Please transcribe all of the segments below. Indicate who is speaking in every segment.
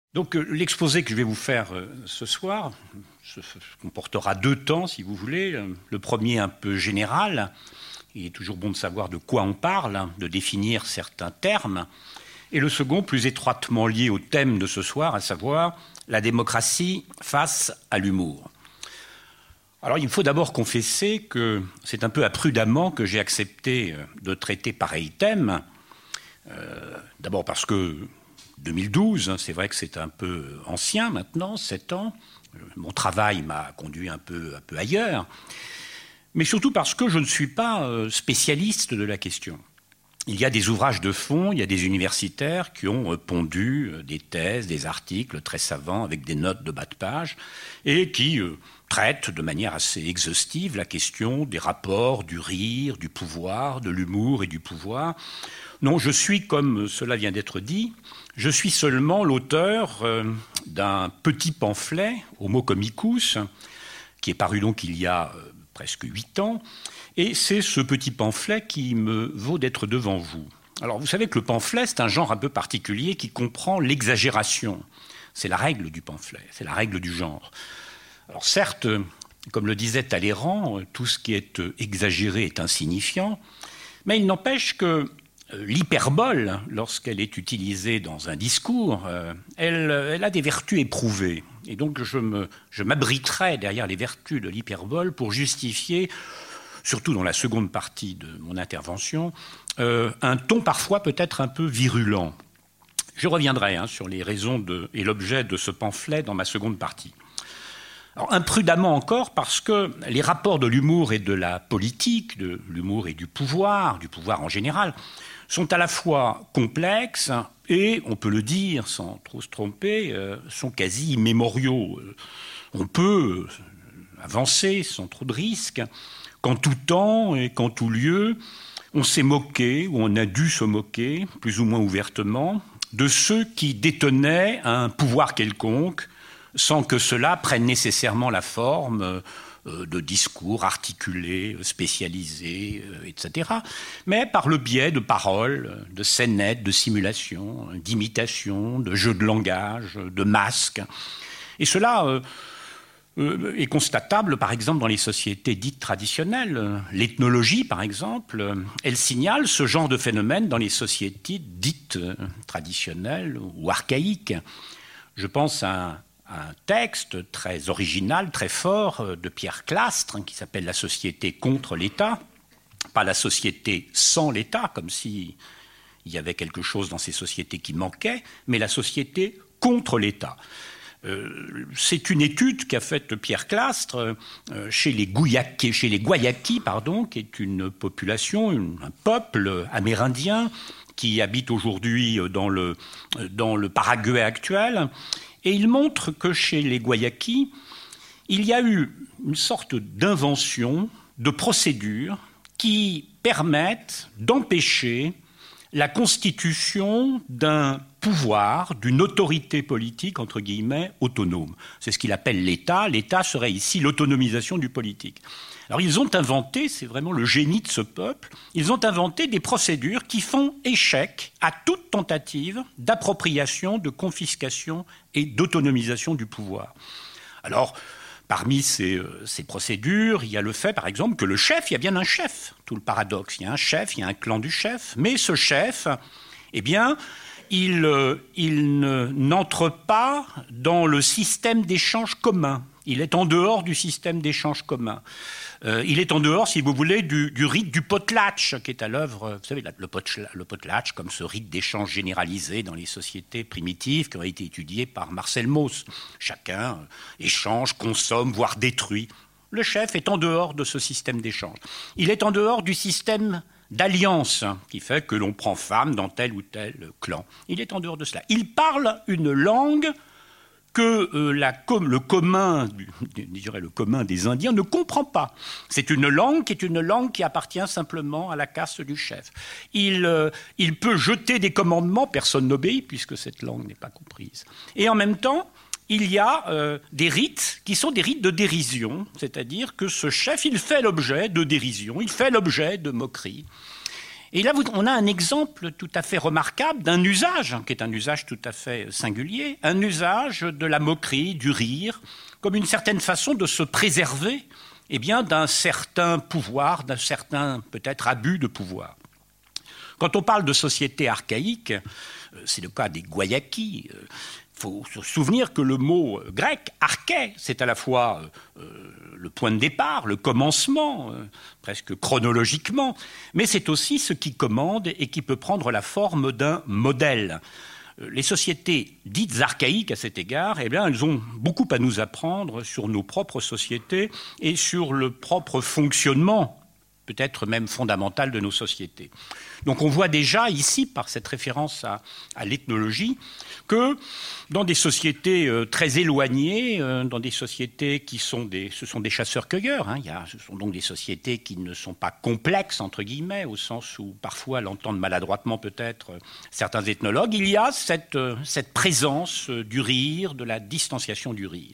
Speaker 1: Donc l'exposé que je vais vous faire ce soir comportera deux temps, si vous voulez. Le premier un peu général, il est toujours bon de savoir de quoi on parle, de définir certains termes. Et le second, plus étroitement lié au thème de ce soir, à savoir la démocratie face à l'humour. Alors il faut d'abord confesser que c'est un peu imprudemment que j'ai accepté de traiter pareil thème. D'abord parce que 2012, c'est vrai que c'est un peu ancien maintenant, 7 ans. Mon travail m'a conduit un peu ailleurs. Mais surtout parce que je ne suis pas spécialiste de la question. Il y a des ouvrages de fond, il y a des universitaires qui ont pondu des thèses, des articles très savants avec des notes de bas de page et qui traitent de manière assez exhaustive la question des rapports, du rire, du pouvoir, de l'humour et du pouvoir. Non, je suis, comme cela vient d'être dit, je suis seulement l'auteur d'un petit pamphlet, Homo comicus, qui est paru donc il y a presque 8 ans, et c'est ce petit pamphlet qui me vaut d'être devant vous. Alors vous savez que le pamphlet, c'est un genre un peu particulier qui comprend l'exagération. C'est la règle du pamphlet, c'est la règle du genre. Alors certes, comme le disait Talleyrand, tout ce qui est exagéré est insignifiant, mais il n'empêche que l'hyperbole, lorsqu'elle est utilisée dans un discours, elle a des vertus éprouvées. Et donc je m'abriterai derrière les vertus de l'hyperbole pour justifier, surtout dans la seconde partie de mon intervention, un ton parfois peut-être un peu virulent. Je reviendrai sur les raisons et l'objet de ce pamphlet dans ma seconde partie. Alors, imprudemment encore, parce que les rapports de l'humour et de la politique, de l'humour et du pouvoir en général, sont à la fois complexes et, on peut le dire sans trop se tromper, sont quasi immémoriaux. On peut avancer sans trop de risques qu'en tout temps et qu'en tout lieu, on s'est moqué, ou on a dû se moquer, plus ou moins ouvertement, de ceux qui détenaient un pouvoir quelconque, sans que cela prenne nécessairement la forme de discours articulés, spécialisés, etc., mais par le biais de paroles, de scénettes, de simulations, d'imitations, de jeux de langage, de masques. Et cela est constatable, par exemple, dans les sociétés dites traditionnelles. L'ethnologie, par exemple, elle signale ce genre de phénomène dans les sociétés dites traditionnelles ou archaïques. Je pense à un texte très original, très fort de Pierre Clastres, qui s'appelle « La société contre l'État », pas la société sans l'État, comme s'il y avait quelque chose dans ces sociétés qui manquait, mais la société contre l'État. C'est une étude qu'a faite Pierre Clastres chez les Guayakis, qui est une population, un peuple amérindien qui habite aujourd'hui dans le Paraguay actuel. Et il montre que chez les Guayakis, il y a eu une sorte d'invention, de procédure qui permettent d'empêcher la constitution d'un pouvoir, d'une autorité politique, entre guillemets, autonome. C'est ce qu'il appelle l'État. L'État serait ici l'autonomisation du politique. Alors ils ont inventé, c'est vraiment le génie de ce peuple, ils ont inventé des procédures qui font échec à toute tentative d'appropriation, de confiscation et d'autonomisation du pouvoir. Alors, parmi ces procédures, il y a le fait, par exemple, que le chef, il y a bien un chef, tout le paradoxe. Il y a un chef, il y a un clan du chef, mais ce chef, eh bien, il n'entre pas dans le système d'échange commun. Il est en dehors du système d'échange commun. Il est en dehors, si vous voulez, du rite du potlatch qui est à l'œuvre. Vous savez, le potlatch, comme ce rite d'échange généralisé dans les sociétés primitives qui ont été étudiées par Marcel Mauss. Chacun échange, consomme, voire détruit. Le chef est en dehors de ce système d'échange. Il est en dehors du système d'alliance qui fait que l'on prend femme dans tel ou tel clan. Il est en dehors de cela. Il parle une langue que le commun des Indiens ne comprend pas. C'est une langue qui appartient simplement à la caste du chef. Il peut jeter des commandements, personne n'obéit puisque cette langue n'est pas comprise. Et en même temps, il y a des rites qui sont des rites de dérision, c'est-à-dire que ce chef, il fait l'objet de dérision, il fait l'objet de moquerie. Et là, on a un exemple tout à fait remarquable d'un usage, qui est un usage tout à fait singulier, un usage de la moquerie, du rire, comme une certaine façon de se préserver d'un certain pouvoir, d'un certain peut-être abus de pouvoir. Quand on parle de société archaïque, c'est le cas des Guayakis. Il faut se souvenir que le mot grec, arché, c'est à la fois le point de départ, le commencement, presque chronologiquement, mais c'est aussi ce qui commande et qui peut prendre la forme d'un modèle. Les sociétés dites archaïques à cet égard, elles ont beaucoup à nous apprendre sur nos propres sociétés et sur le propre fonctionnement, peut-être même fondamental, de nos sociétés. Donc on voit déjà ici, par cette référence à l'ethnologie, que dans des sociétés très éloignées, dans des sociétés ce sont des chasseurs-cueilleurs, ce sont donc des sociétés qui ne sont pas complexes, entre guillemets, au sens où parfois l'entendent maladroitement peut-être certains ethnologues, il y a cette présence du rire, de la distanciation du rire.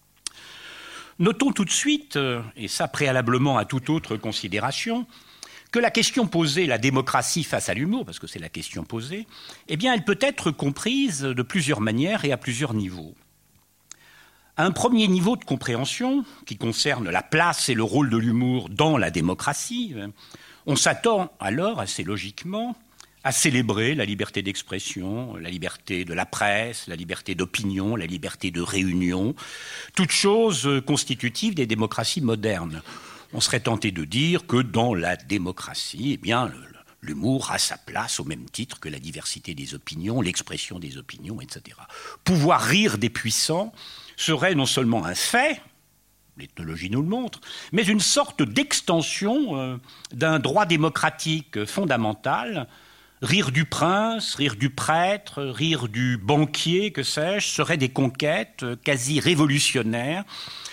Speaker 1: Notons tout de suite, et ça préalablement à toute autre considération, que la question posée, la démocratie face à l'humour, parce que c'est la question posée, elle peut être comprise de plusieurs manières et à plusieurs niveaux. À un premier niveau de compréhension, qui concerne la place et le rôle de l'humour dans la démocratie, on s'attend alors, assez logiquement, à célébrer la liberté d'expression, la liberté de la presse, la liberté d'opinion, la liberté de réunion, toutes choses constitutives des démocraties modernes. On serait tenté de dire que dans la démocratie, l'humour a sa place au même titre que la diversité des opinions, l'expression des opinions, etc. Pouvoir rire des puissants serait non seulement un fait, l'ethnologie nous le montre, mais une sorte d'extension d'un droit démocratique fondamental. Rire du prince, rire du prêtre, rire du banquier, que sais-je, seraient des conquêtes quasi révolutionnaires.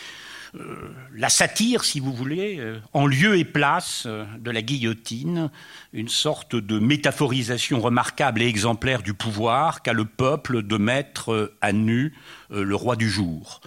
Speaker 1: La satire, si vous voulez, en lieu et place de la guillotine, une sorte de métaphorisation remarquable et exemplaire du pouvoir qu'a le peuple de mettre à nu le roi du jour.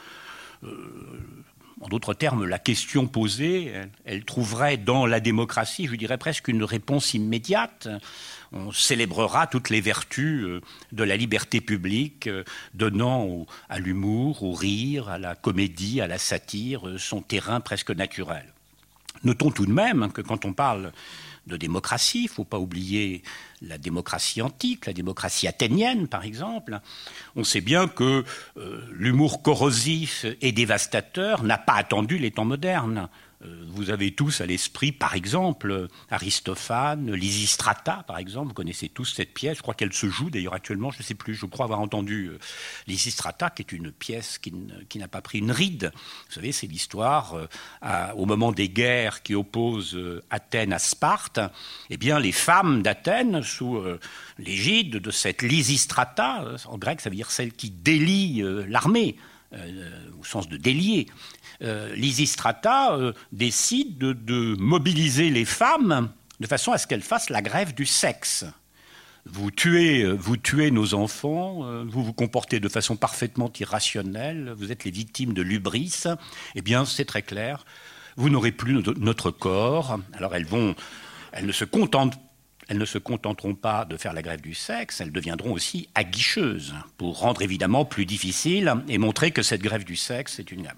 Speaker 1: En d'autres termes, la question posée, elle trouverait dans la démocratie, je dirais presque une réponse immédiate. On célébrera toutes les vertus de la liberté publique, donnant à l'humour, au rire, à la comédie, à la satire, son terrain presque naturel. Notons tout de même que quand on parle de démocratie, il ne faut pas oublier la démocratie antique, la démocratie athénienne par exemple. On sait bien que l'humour corrosif et dévastateur n'a pas attendu les temps modernes. Vous avez tous à l'esprit, par exemple, Aristophane, Lysistrata, par exemple. Vous connaissez tous cette pièce. Je crois qu'elle se joue d'ailleurs actuellement. Je ne sais plus. Je crois avoir entendu Lysistrata, qui est une pièce qui n'a pas pris une ride. Vous savez, c'est l'histoire au moment des guerres qui opposent Athènes à Sparte. Eh bien, les femmes d'Athènes, sous l'égide de cette Lysistrata, en grec, ça veut dire celle qui délie l'armée, au sens de délier. Lysistrata décide de mobiliser les femmes de façon à ce qu'elles fassent la grève du sexe. Vous tuez nos enfants, vous vous comportez de façon parfaitement irrationnelle, vous êtes les victimes de l'hubris, eh bien c'est très clair, vous n'aurez plus notre corps. Alors elles ne se contenteront pas de faire la grève du sexe, elles deviendront aussi aguicheuses pour rendre évidemment plus difficile et montrer que cette grève du sexe est une...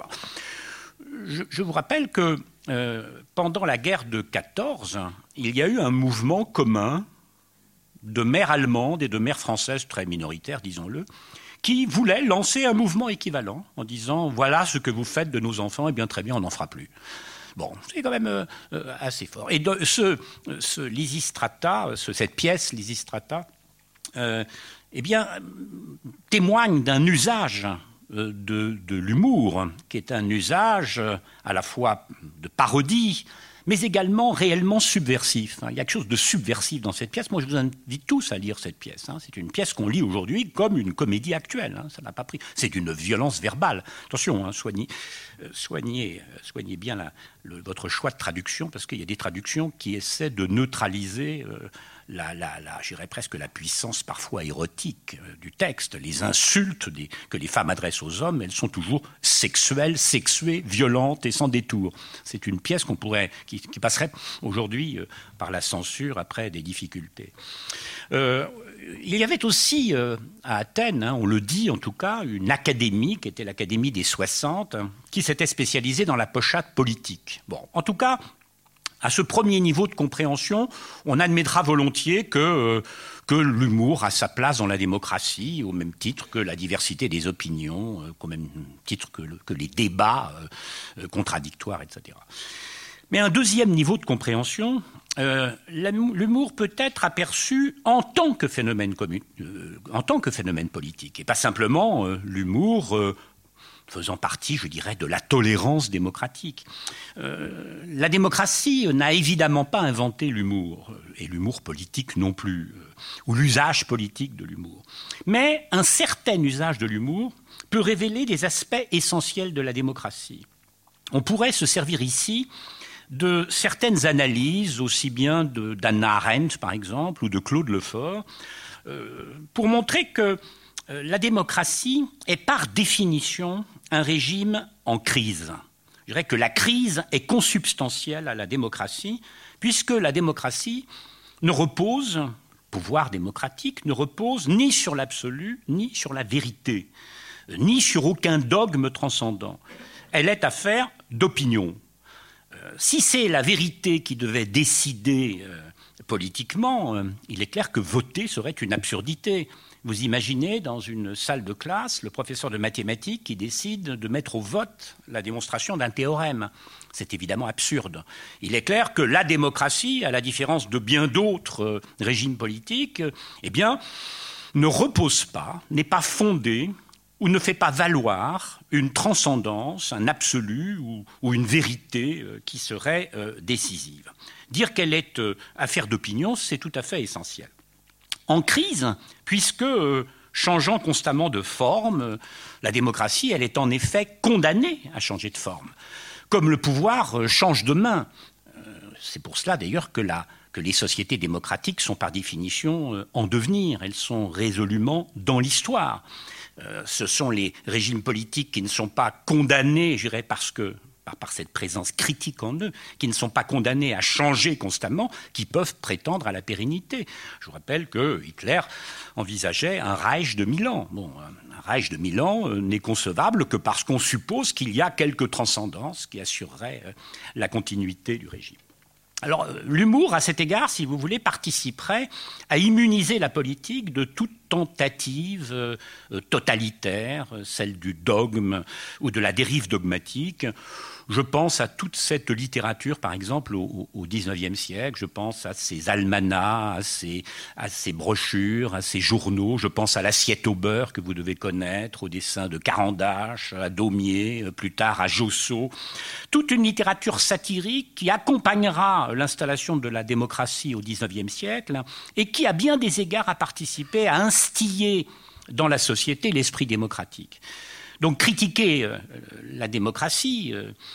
Speaker 1: Je vous rappelle que pendant la guerre de 14, il y a eu un mouvement commun de mères allemandes et de mères françaises très minoritaires, disons-le, qui voulaient lancer un mouvement équivalent en disant « voilà ce que vous faites de nos enfants, et bien très bien, on n'en fera plus ». Bon, c'est quand même assez fort. Et ce Lysistrata, cette pièce Lysistrata, témoigne d'un usage de l'humour, qui est un usage à la fois de parodie, mais également réellement subversif. Il y a quelque chose de subversif dans cette pièce. Moi, je vous invite tous à lire cette pièce. C'est une pièce qu'on lit aujourd'hui comme une comédie actuelle. Ça n'a pas pris. C'est d'une violence verbale. Attention, soignez bien votre choix de traduction, parce qu'il y a des traductions qui essaient de neutraliser je dirais presque la puissance parfois érotique du texte. Les insultes que les femmes adressent aux hommes, elles sont toujours sexuelles, sexuées, violentes et sans détour. C'est une pièce qui passerait aujourd'hui par la censure après des difficultés. Il y avait aussi à Athènes, on le dit en tout cas, une académie qui était l'Académie des 60, qui s'était spécialisée dans la pochade politique. Bon, en tout cas, à ce premier niveau de compréhension, on admettra volontiers que l'humour a sa place dans la démocratie, au même titre que la diversité des opinions, au même titre que les débats contradictoires, etc. Mais un deuxième niveau de compréhension, l'humour peut être aperçu en tant que phénomène politique, et pas simplement l'humour faisant partie, je dirais, de la tolérance démocratique. La démocratie n'a évidemment pas inventé l'humour, et l'humour politique non plus, ou l'usage politique de l'humour. Mais un certain usage de l'humour peut révéler des aspects essentiels de la démocratie. On pourrait se servir ici de certaines analyses, aussi bien d'Hannah Arendt, par exemple, ou de Claude Lefort, pour montrer que la démocratie est par définition un régime en crise. Je dirais que la crise est consubstantielle à la démocratie, puisque la démocratie ne repose, le pouvoir démocratique, ne repose ni sur l'absolu, ni sur la vérité, ni sur aucun dogme transcendant. Elle est affaire d'opinion. Si c'est la vérité qui devait décider politiquement, il est clair que voter serait une absurdité. Vous imaginez dans une salle de classe le professeur de mathématiques qui décide de mettre au vote la démonstration d'un théorème. C'est évidemment absurde. Il est clair que la démocratie, à la différence de bien d'autres régimes politiques, ne repose pas, n'est pas fondée ou ne fait pas valoir une transcendance, un absolu ou une vérité qui serait décisive. Dire qu'elle est affaire d'opinion, c'est tout à fait essentiel. En crise, puisque changeant constamment de forme, la démocratie, elle est en effet condamnée à changer de forme. Comme le pouvoir change de main. C'est pour cela d'ailleurs que les sociétés démocratiques sont par définition en devenir. Elles sont résolument dans l'histoire. Ce sont les régimes politiques qui ne sont pas condamnés, je dirais, par cette présence critique en eux, qui ne sont pas condamnés à changer constamment, qui peuvent prétendre à la pérennité. Je vous rappelle que Hitler envisageait un Reich de 1000 ans. Bon, un Reich de 1000 ans n'est concevable que parce qu'on suppose qu'il y a quelques transcendances qui assureraient la continuité du régime. Alors, l'humour, à cet égard, si vous voulez, participerait à immuniser la politique de toute tentative totalitaire, celle du dogme ou de la dérive dogmatique. Je pense à toute cette littérature, par exemple, au XIXe siècle. Je pense à ces almanachs, à ces brochures, à ces journaux. Je pense à l'Assiette au beurre que vous devez connaître, aux dessins de Carandache, à Daumier, plus tard à Josso. Toute une littérature satirique qui accompagnera l'installation de la démocratie au XIXe siècle et qui, à bien des égards, a participé à instiller dans la société l'esprit démocratique. Donc critiquer la démocratie,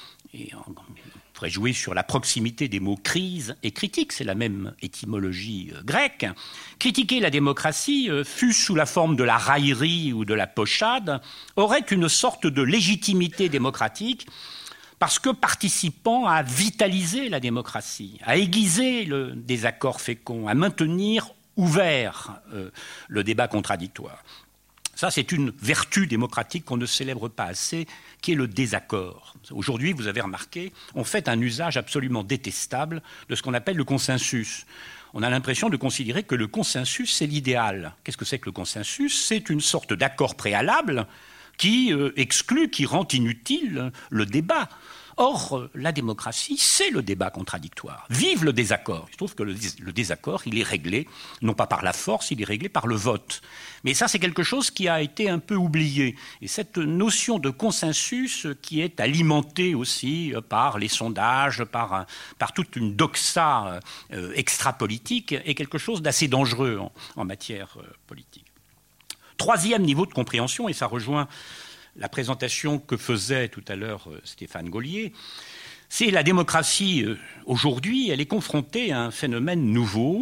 Speaker 1: et on pourrait jouer sur la proximité des mots crise et critique, c'est la même étymologie grecque. Critiquer la démocratie, fût sous la forme de la raillerie ou de la pochade, aurait une sorte de légitimité démocratique parce que participant à vitaliser la démocratie, à aiguiser le désaccord fécond, à maintenir ouvert le débat contradictoire. Ça, c'est une vertu démocratique qu'on ne célèbre pas assez, qui est le désaccord. Aujourd'hui, vous avez remarqué, on fait un usage absolument détestable de ce qu'on appelle le consensus. On a l'impression de considérer que le consensus, c'est l'idéal. Qu'est-ce que c'est que le consensus ? C'est une sorte d'accord préalable qui exclut, qui rend inutile le débat. Or, la démocratie, c'est le débat contradictoire. Vive le désaccord. Il se trouve que le désaccord, il est réglé, non pas par la force, il est réglé par le vote. Mais ça, c'est quelque chose qui a été un peu oublié. Et cette notion de consensus qui est alimentée aussi par les sondages, par toute une doxa extra-politique, est quelque chose d'assez dangereux en matière politique. Troisième niveau de compréhension, et ça rejoint la présentation que faisait tout à l'heure Stéphane Gaulier, c'est la démocratie aujourd'hui, elle est confrontée à un phénomène nouveau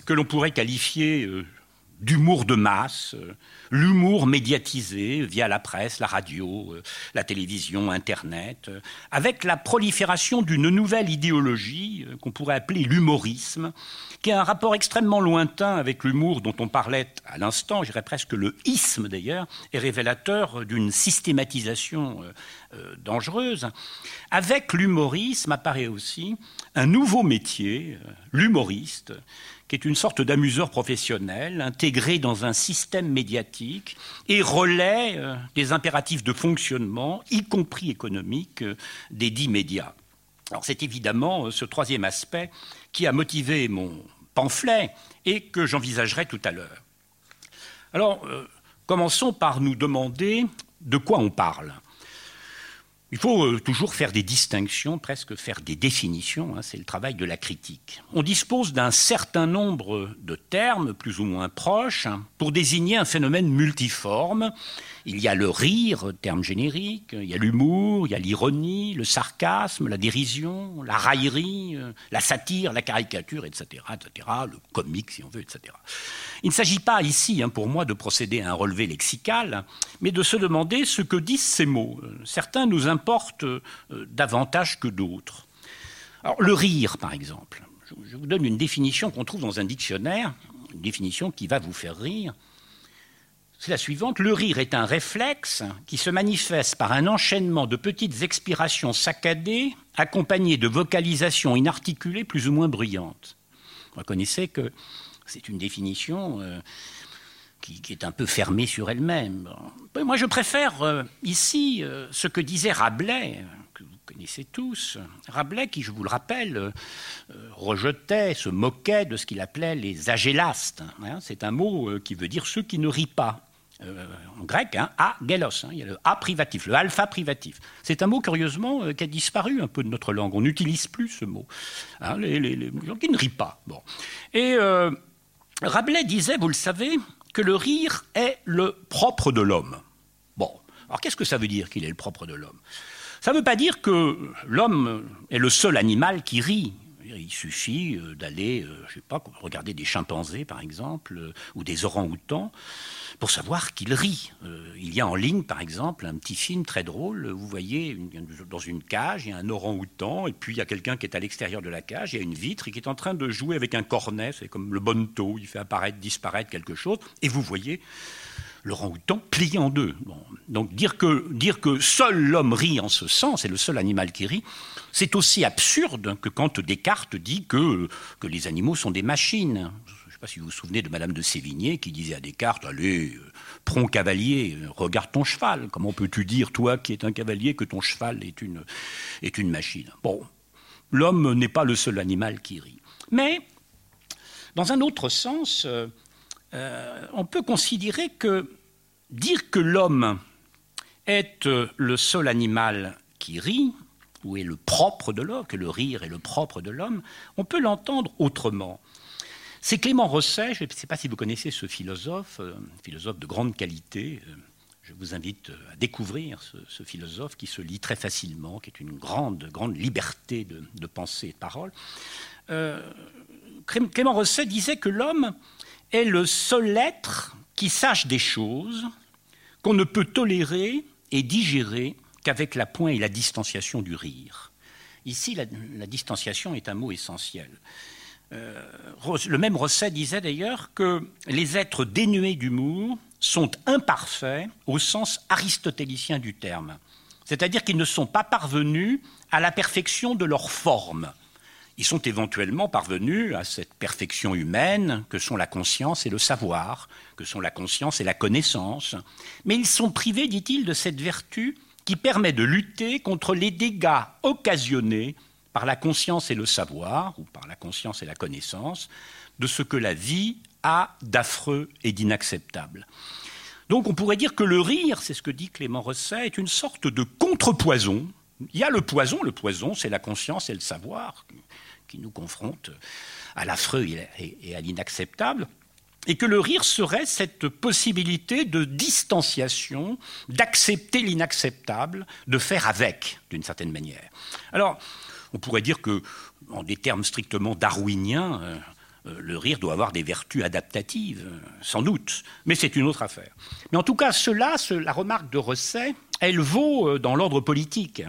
Speaker 1: que l'on pourrait qualifier d'humour de masse, l'humour médiatisé via la presse, la radio, la télévision, Internet, avec la prolifération d'une nouvelle idéologie qu'on pourrait appeler l'humorisme, qui a un rapport extrêmement lointain avec l'humour dont on parlait à l'instant, je dirais presque le isme d'ailleurs, est révélateur d'une systématisation dangereuse. Avec l'humorisme apparaît aussi un nouveau métier, l'humoriste, qui est une sorte d'amuseur professionnel, intégré dans un système médiatique et relaie des impératifs de fonctionnement, y compris économiques, des dits médias. Alors c'est évidemment ce troisième aspect qui a motivé mon pamphlet et que j'envisagerai tout à l'heure. Alors, commençons par nous demander de quoi on parle. Il faut toujours faire des distinctions, presque faire des définitions, c'est le travail de la critique. On dispose d'un certain nombre de termes, plus ou moins proches, pour désigner un phénomène multiforme. Il y a le rire, terme générique, il y a l'humour, il y a l'ironie, le sarcasme, la dérision, la raillerie, la satire, la caricature, etc., le comique, si on veut, etc. Il ne s'agit pas ici, pour moi, de procéder à un relevé lexical, mais de se demander ce que disent ces mots. Certains nous importent davantage que d'autres. Alors, le rire, par exemple. Je vous donne une définition qu'on trouve dans un dictionnaire, une définition qui va vous faire rire. C'est la suivante. Le rire est un réflexe qui se manifeste par un enchaînement de petites expirations saccadées accompagnées de vocalisations inarticulées plus ou moins bruyantes. Vous reconnaissez que c'est une définition qui est un peu fermée sur elle-même. Moi, je préfère ici ce que disait Rabelais, que vous connaissez tous. Rabelais, qui, je vous le rappelle, rejetait, se moquait de ce qu'il appelait les agélastes. C'est un mot qui veut dire ceux qui ne rient pas. En grec, agélos, il y a le a privatif, le alpha privatif. C'est un mot, curieusement, qui a disparu un peu de notre langue. On n'utilise plus ce mot. Les gens qui ne rient pas. Bon. Et Rabelais disait, vous le savez, que le rire est le propre de l'homme. Bon, alors qu'est-ce que ça veut dire qu'il est le propre de l'homme? Ça ne veut pas dire que l'homme est le seul animal qui rit. Il suffit d'aller, je sais pas, regarder des chimpanzés, par exemple, ou des orang-outans, pour savoir qu'ils rient. Il y a en ligne, par exemple, un petit film très drôle. Vous voyez, dans une cage, il y a un orang-outan, et puis il y a quelqu'un qui est à l'extérieur de la cage, il y a une vitre, et qui est en train de jouer avec un cornet, c'est comme le bonneto, il fait apparaître, disparaître quelque chose, et vous voyez l'orang-outan plié en deux. Bon. Donc dire que seul l'homme rit en ce sens, c'est le seul animal qui rit, c'est aussi absurde que quand Descartes dit que les animaux sont des machines. Je ne sais pas si vous vous souvenez de Madame de Sévigné qui disait à Descartes, allez, prompt cavalier, regarde ton cheval. Comment peux-tu dire, toi qui es un cavalier, que ton cheval est une machine? Bon, l'homme n'est pas le seul animal qui rit. Mais, dans un autre sens, on peut considérer que dire que l'homme est le seul animal qui rit, ou est le propre de l'homme, que le rire est le propre de l'homme, on peut l'entendre autrement. C'est Clément Rosset, je ne sais pas si vous connaissez ce philosophe de grande qualité. Je vous invite à découvrir ce philosophe qui se lit très facilement, qui est une grande liberté de pensée et de parole. Clément Rosset disait que l'homme est le seul être qui sache des choses qu'on ne peut tolérer et digérer qu'avec la pointe et la distanciation du rire. Ici, la distanciation est un mot essentiel. Le même Rosset disait d'ailleurs que les êtres dénués d'humour sont imparfaits au sens aristotélicien du terme. C'est-à-dire qu'ils ne sont pas parvenus à la perfection de leur forme. Ils sont éventuellement parvenus à cette perfection humaine que sont la conscience et le savoir, que sont la conscience et la connaissance. Mais ils sont privés, dit-il, de cette vertu qui permet de lutter contre les dégâts occasionnés par la conscience et le savoir, ou par la conscience et la connaissance, de ce que la vie a d'affreux et d'inacceptable. Donc on pourrait dire que le rire, c'est ce que dit Clément Rosset, est une sorte de contrepoison. Il y a le poison c'est la conscience et le savoir qui nous confrontent à l'affreux et à l'inacceptable, et que le rire serait cette possibilité de distanciation, d'accepter l'inacceptable, de faire avec, d'une certaine manière. Alors, on pourrait dire que, en des termes strictement darwiniens, le rire doit avoir des vertus adaptatives, sans doute, mais c'est une autre affaire. Mais en tout cas, la remarque de Rosset, elle vaut dans l'ordre politique.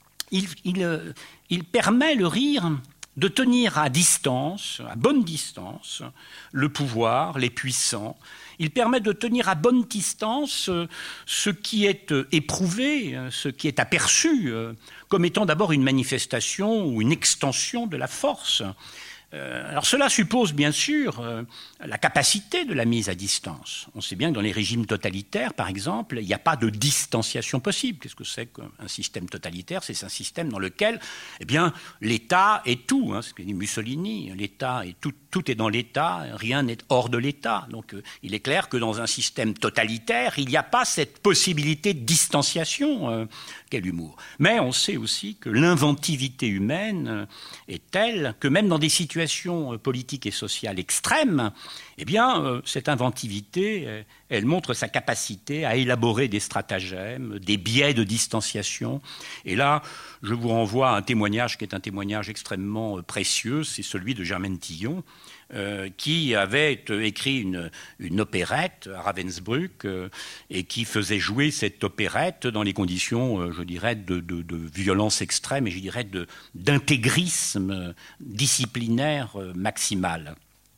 Speaker 1: Il permet le rire de tenir à distance, à bonne distance, le pouvoir, les puissants. Il permet de tenir à bonne distance ce qui est éprouvé, ce qui est aperçu comme étant d'abord une manifestation ou une extension de la force. Alors cela suppose bien sûr la capacité de la mise à distance. On sait bien que dans les régimes totalitaires, par exemple, il n'y a pas de distanciation possible. Qu'est-ce que c'est qu'un système totalitaire? C'est un système dans lequel l'État est tout. Ce que dit Mussolini, l'État est tout est dans l'État, rien n'est hors de l'État. Donc il est clair que dans un système totalitaire, il n'y a pas cette possibilité de distanciation. Quel humour. Mais on sait aussi que l'inventivité humaine est telle que même dans des situations politiques et sociales extrêmes, cette inventivité, elle montre sa capacité à élaborer des stratagèmes, des biais de distanciation. Et là, je vous renvoie à un témoignage qui est un témoignage extrêmement précieux, c'est celui de Germaine Tillon, qui avait écrit une opérette à Ravensbrück et qui faisait jouer cette opérette dans les conditions, je dirais, de violence extrême et je dirais d'intégrisme disciplinaire maximal.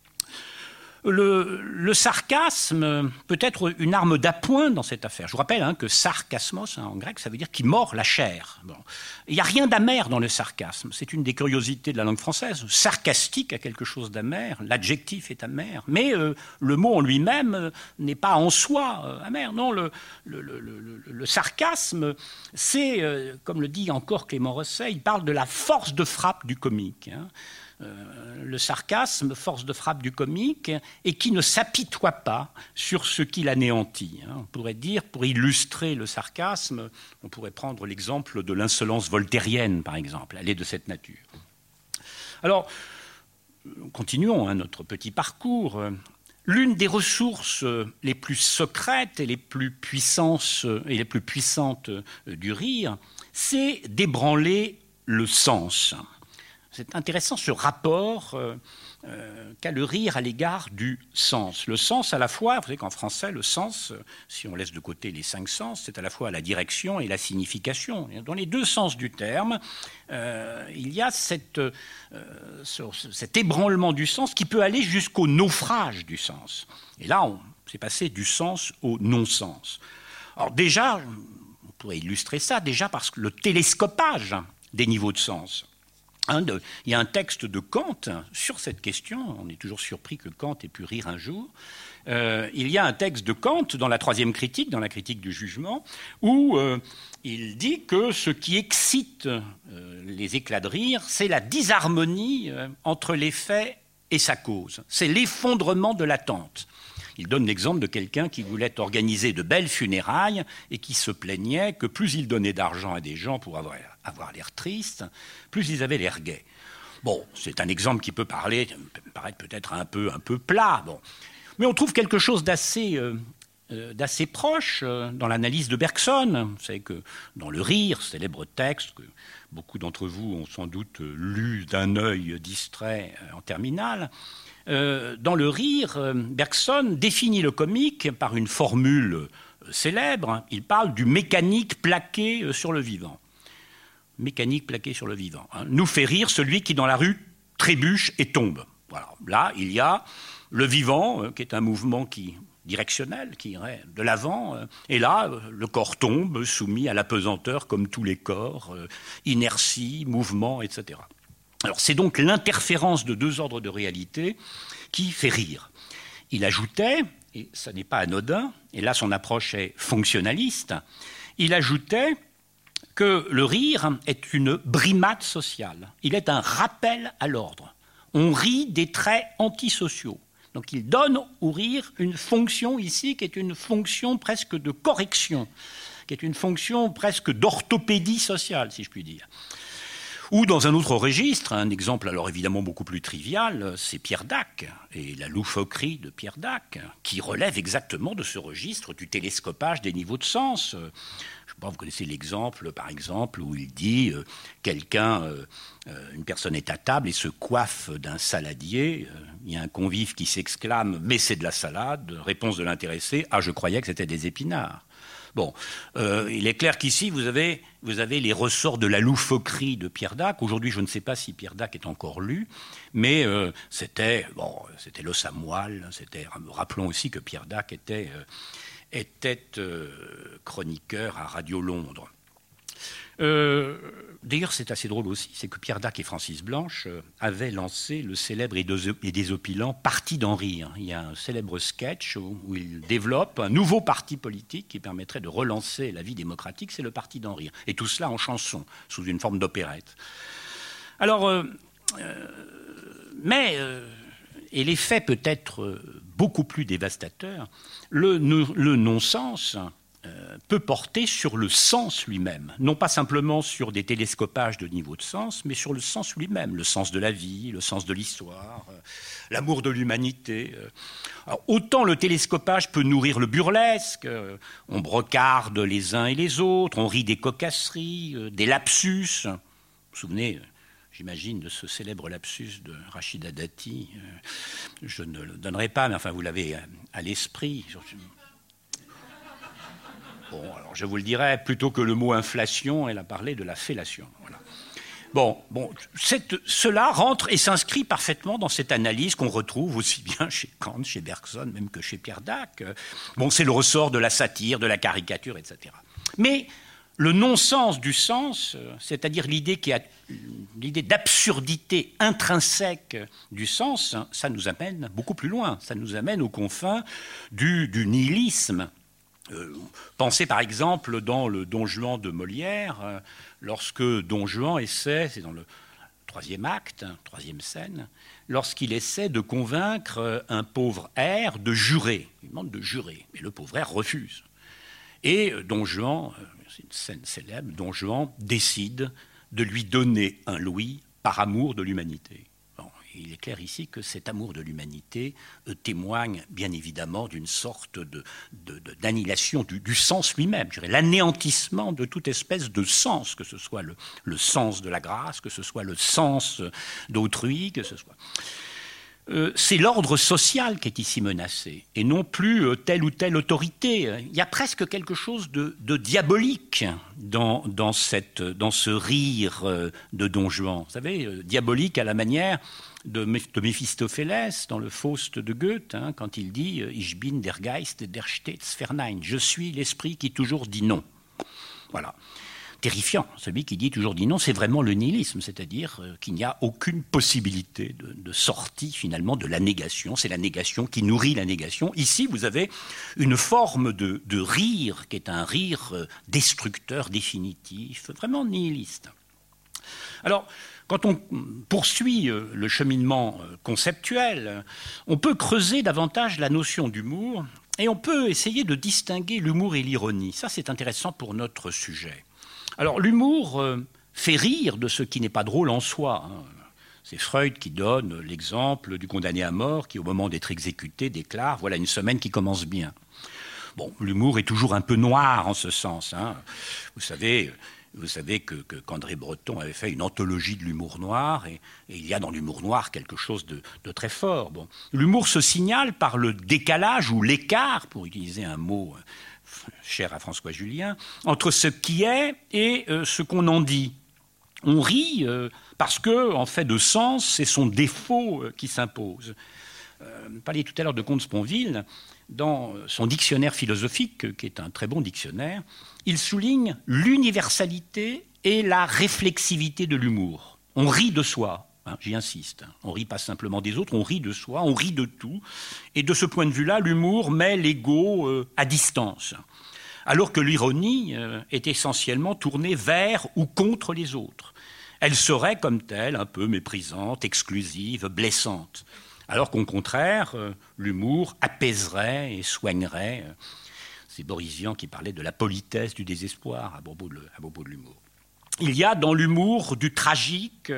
Speaker 1: Le sarcasme peut être une arme d'appoint dans cette affaire. Je vous rappelle que sarcasmos, en grec, ça veut dire qui mord la chair. Bon. Il n'y a rien d'amer dans le sarcasme. C'est une des curiosités de la langue française. Sarcastique a quelque chose d'amer, l'adjectif est amer, mais le mot en lui-même n'est pas en soi amer. Non, le sarcasme, c'est, comme le dit encore Clément Rosset, il parle de la force de frappe du comique. Le sarcasme, force de frappe du comique, et qui ne s'apitoie pas sur ce qui l'anéantit. On pourrait dire, pour illustrer le sarcasme, on pourrait prendre l'exemple de l'insolence voltairienne, par exemple. Elle est de cette nature. Alors, continuons notre petit parcours. L'une des ressources les plus secrètes et les plus puissantes du rire, c'est d'ébranler le sens. C'est intéressant ce rapport qu'a le rire à l'égard du sens. Le sens à la fois, vous savez qu'en français, le sens, si on laisse de côté les 5 sens, c'est à la fois la direction et la signification. Dans les 2 sens du terme, il y a cet ébranlement du sens qui peut aller jusqu'au naufrage du sens. Et là, on s'est passé du sens au non-sens. Alors déjà, on pourrait illustrer ça déjà parce que le télescopage des niveaux de sens. Il y a un texte de Kant sur cette question, on est toujours surpris que Kant ait pu rire un jour. Il y a un texte de Kant dans la 3e critique, dans la critique du jugement, où il dit que ce qui excite les éclats de rire, c'est la disharmonie entre l'effet et sa cause. C'est l'effondrement de l'attente. Il donne l'exemple de quelqu'un qui voulait organiser de belles funérailles et qui se plaignait que plus il donnait d'argent à des gens pour avoir l'air triste, plus ils avaient l'air gais. Bon, c'est un exemple qui peut paraître peut-être un peu plat. Bon. Mais on trouve quelque chose d'assez proche dans l'analyse de Bergson. Vous savez que dans Le Rire, célèbre texte que beaucoup d'entre vous ont sans doute lu d'un œil distrait en terminale, dans Le Rire, Bergson définit le comique par une formule célèbre. Il parle du mécanique plaqué sur le vivant. Mécanique plaqué sur le vivant. Nous fait rire celui qui, dans la rue, trébuche et tombe. Voilà. Là, il y a le vivant, qui est un mouvement directionnel, qui irait de l'avant. Et là, le corps tombe, soumis à l'apesanteur, comme tous les corps, inertie, mouvement, etc. Alors, c'est donc l'interférence de 2 ordres de réalité qui fait rire. Il ajoutait, et ça n'est pas anodin, et là son approche est fonctionnaliste, il ajoutait que le rire est une brimade sociale. Il est un rappel à l'ordre. On rit des traits antisociaux. Donc il donne au rire une fonction ici qui est une fonction presque de correction, qui est une fonction presque d'orthopédie sociale, si je puis dire. Ou dans un autre registre, un exemple alors évidemment beaucoup plus trivial, c'est Pierre Dac et la loufoquerie de Pierre Dac, qui relève exactement de ce registre du télescopage des niveaux de sens. Je Bon, vous connaissez l'exemple, par exemple, où il dit une personne est à table et se coiffe d'un saladier. Il y a un convive qui s'exclame « mais c'est de la salade ». Réponse de l'intéressé « ah, je croyais que c'était des épinards ». Bon, il est clair qu'ici, vous avez les ressorts de la loufoquerie de Pierre Dac. Aujourd'hui, je ne sais pas si Pierre Dac est encore lu, mais c'était l'os à moelle. Rappelons aussi que Pierre Dac était chroniqueur à Radio Londres. D'ailleurs, c'est assez drôle aussi, c'est que Pierre Dac et Francis Blanche avaient lancé le célèbre et désopilant Parti d'en rire. Il y a un célèbre sketch où ils développent un nouveau parti politique qui permettrait de relancer la vie démocratique, c'est le Parti d'en rire. Et tout cela en chanson, sous une forme d'opérette. Alors, et l'effet peut être beaucoup plus dévastateur, le non-sens peut porter sur le sens lui-même, non pas simplement sur des télescopages de niveau de sens, mais sur le sens lui-même, le sens de la vie, le sens de l'histoire, l'amour de l'humanité. Alors, autant le télescopage peut nourrir le burlesque, on brocarde les uns et les autres, on rit des cocasseries, des lapsus. Vous vous souvenez, j'imagine, de ce célèbre lapsus de Rachida Dati. Je ne le donnerai pas, mais enfin, vous l'avez à l'esprit. Bon, alors je vous le dirai, plutôt que le mot inflation, elle a parlé de la fellation. Voilà. Bon, cela rentre et s'inscrit parfaitement dans cette analyse qu'on retrouve aussi bien chez Kant, chez Bergson, même que chez Pierre Dac. Bon, c'est le ressort de la satire, de la caricature, etc. Mais le non-sens du sens, c'est-à-dire l'idée d'absurdité intrinsèque du sens, ça nous amène beaucoup plus loin. Ça nous amène aux confins du nihilisme. Pensez par exemple dans le Don Juan de Molière, lorsque Don Juan essaie, c'est dans le troisième acte, troisième scène, lorsqu'il essaie de convaincre un pauvre hère de jurer. Il demande de jurer, mais le pauvre hère refuse. Et Don Juan, c'est une scène célèbre, Don Juan décide de lui donner un louis par amour de l'humanité. Il est clair ici que cet amour de l'humanité témoigne bien évidemment d'une sorte d'annihilation du sens lui-même, je dirais, l'anéantissement de toute espèce de sens, que ce soit le sens de la grâce, que ce soit le sens d'autrui, que ce soit... c'est l'ordre social qui est ici menacé, et non plus telle ou telle autorité. Il y a presque quelque chose de diabolique dans ce rire de Don Juan. Vous savez, diabolique à la manière de Méphistophélès dans le Faust de Goethe, quand il dit « Ich bin der Geist der stets verneint » « Je suis l'esprit qui toujours dit non ». Voilà. Terrifiant, celui qui dit toujours dit non, c'est vraiment le nihilisme, c'est-à-dire qu'il n'y a aucune possibilité de sortie finalement de la négation, c'est la négation qui nourrit la négation. Ici, vous avez une forme de rire qui est un rire destructeur, définitif, vraiment nihiliste. Alors, quand on poursuit le cheminement conceptuel, on peut creuser davantage la notion d'humour et on peut essayer de distinguer l'humour et l'ironie. Ça, c'est intéressant pour notre sujet. Alors, l'humour fait rire de ce qui n'est pas drôle en soi. C'est Freud qui donne l'exemple du condamné à mort qui, au moment d'être exécuté, déclare « Voilà une semaine qui commence bien ». Bon, l'humour est toujours un peu noir en ce sens. Vous savez qu'André Breton avait fait une anthologie de l'humour noir, et il y a dans l'humour noir quelque chose de très fort. Bon. L'humour se signale par le décalage ou l'écart, pour utiliser un mot cher à François Julien, entre ce qui est et ce qu'on en dit. On rit parce que, en fait de sens, c'est son défaut qui s'impose. Vous parliez tout à l'heure de Comte Sponville. Dans son dictionnaire philosophique, qui est un très bon dictionnaire, il souligne l'universalité et la réflexivité de l'humour. On rit de soi, j'y insiste. On rit pas simplement des autres, on rit de soi, on rit de tout. Et de ce point de vue-là, l'humour met l'ego à distance. Alors que l'ironie est essentiellement tournée vers ou contre les autres. Elle serait, comme telle, un peu méprisante, exclusive, blessante. Alors qu'au contraire, l'humour apaiserait et soignerait. C'est Boris Vian qui parlait de la politesse du désespoir à propos de l'humour. Il y a dans l'humour du tragique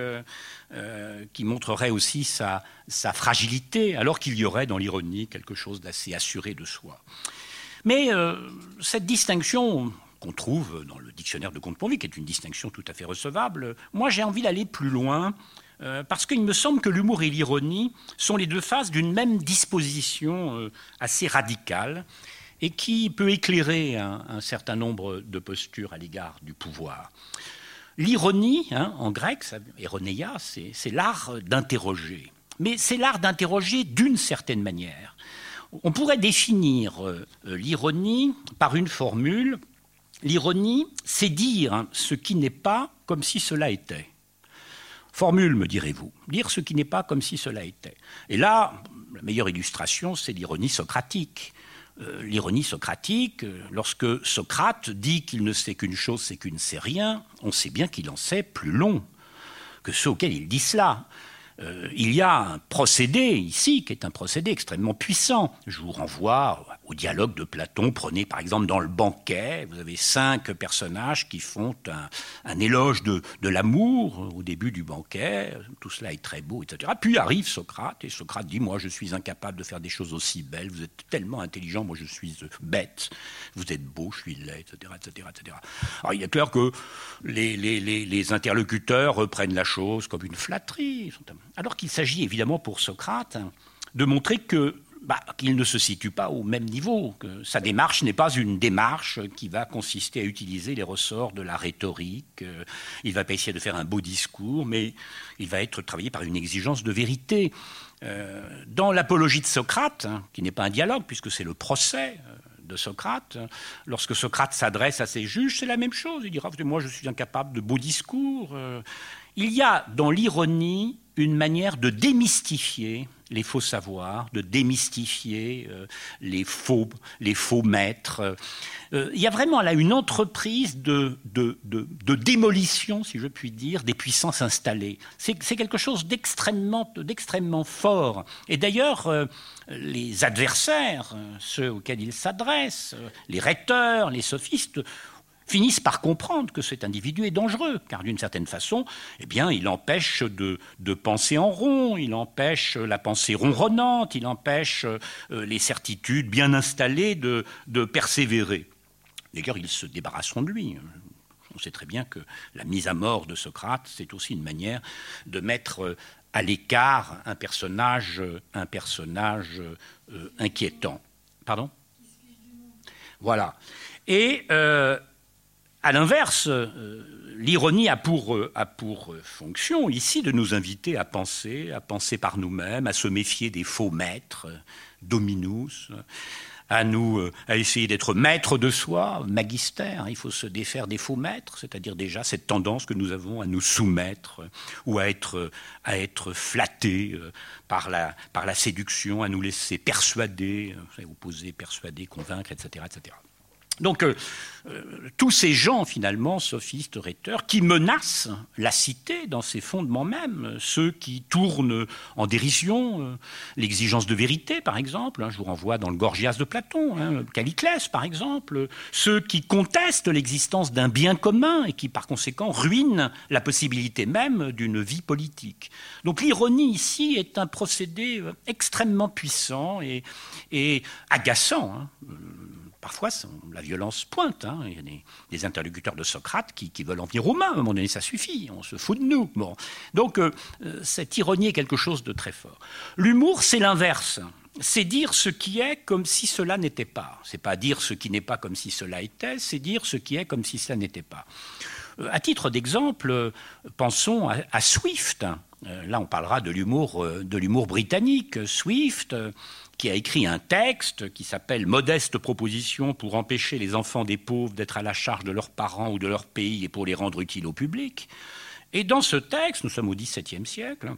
Speaker 1: qui montrerait aussi sa fragilité, alors qu'il y aurait dans l'ironie quelque chose d'assez assuré de soi. Mais cette distinction qu'on trouve dans le dictionnaire de Comte-Pourville, qui est une distinction tout à fait recevable. Moi, j'ai envie d'aller plus loin, parce qu'il me semble que l'humour et l'ironie sont les deux faces d'une même disposition assez radicale et qui peut éclairer un certain nombre de postures à l'égard du pouvoir. L'ironie, en grec, ironeia, c'est l'art d'interroger. Mais c'est l'art d'interroger d'une certaine manière. On pourrait définir l'ironie par une formule. L'ironie, c'est dire ce qui n'est pas comme si cela était. Formule, me direz-vous, dire ce qui n'est pas comme si cela était. Et là, la meilleure illustration, c'est l'ironie socratique. L'ironie socratique, lorsque Socrate dit qu'il ne sait qu'une chose, c'est qu'il ne sait rien, on sait bien qu'il en sait plus long que ceux auxquels il dit cela. Il y a un procédé ici qui est un procédé extrêmement puissant. Je vous renvoie au dialogue de Platon. Prenez par exemple dans le banquet, vous avez 5 personnages qui font un éloge de l'amour au début du banquet. Tout cela est très beau, etc. Puis arrive Socrate et Socrate dit « Moi je suis incapable de faire des choses aussi belles, vous êtes tellement intelligent, moi je suis bête, vous êtes beau, je suis laid, etc. etc., etc. » Alors il est clair que les interlocuteurs reprennent la chose comme une flatterie. Alors qu'il s'agit évidemment pour Socrate de montrer qu'il ne se situe pas au même niveau, que sa démarche n'est pas une démarche qui va consister à utiliser les ressorts de la rhétorique. Il ne va pas essayer de faire un beau discours, mais il va être travaillé par une exigence de vérité. Dans l'apologie de Socrate, qui n'est pas un dialogue puisque c'est le procès de Socrate, lorsque Socrate s'adresse à ses juges, c'est la même chose. Il dira « Moi, je suis incapable de beaux discours ». Il y a dans l'ironie une manière de démystifier les faux savoirs, de démystifier les faux maîtres. Il y a vraiment là une entreprise de démolition, si je puis dire, des puissances installées. C'est quelque chose d'extrêmement fort. Et d'ailleurs, les adversaires, ceux auxquels il s'adresse, les rhéteurs, les sophistes, finissent par comprendre que cet individu est dangereux, car d'une certaine façon, il empêche de penser en rond, il empêche la pensée ronronnante, il empêche les certitudes bien installées de persévérer. D'ailleurs, ils se débarrasseront de lui. On sait très bien que la mise à mort de Socrate, c'est aussi une manière de mettre à l'écart un personnage inquiétant. Pardon ? Voilà. Et à l'inverse, l'ironie a pour fonction ici de nous inviter à penser par nous-mêmes, à se méfier des faux maîtres, dominus, à essayer d'être maître de soi, magister. Il faut se défaire des faux maîtres, c'est-à-dire déjà cette tendance que nous avons à nous soumettre ou à être flattés par la séduction, à nous laisser persuader, opposer, persuader, convaincre, etc., etc. Donc, tous ces gens, finalement, sophistes, rhéteurs, qui menacent la cité dans ses fondements mêmes, ceux qui tournent en dérision l'exigence de vérité, par exemple, je vous renvoie dans le Gorgias de Platon, Calliclès, par exemple, ceux qui contestent l'existence d'un bien commun et qui, par conséquent, ruinent la possibilité même d'une vie politique. Donc, l'ironie, ici, est un procédé extrêmement puissant et agaçant, Parfois, la violence pointe. Il y a des interlocuteurs de Socrate qui veulent en venir aux mains. À un moment donné, ça suffit. On se fout de nous. Bon. Donc, cette ironie est quelque chose de très fort. L'humour, c'est l'inverse. C'est dire ce qui est comme si cela n'était pas. C'est pas dire ce qui n'est pas comme si cela était, c'est dire ce qui est comme si cela n'était pas. À titre d'exemple, pensons à Swift. Là, on parlera de l'humour britannique. Swift, qui a écrit un texte qui s'appelle « Modeste proposition pour empêcher les enfants des pauvres d'être à la charge de leurs parents ou de leur pays et pour les rendre utiles au public ». Et dans ce texte, nous sommes au XVIIe siècle,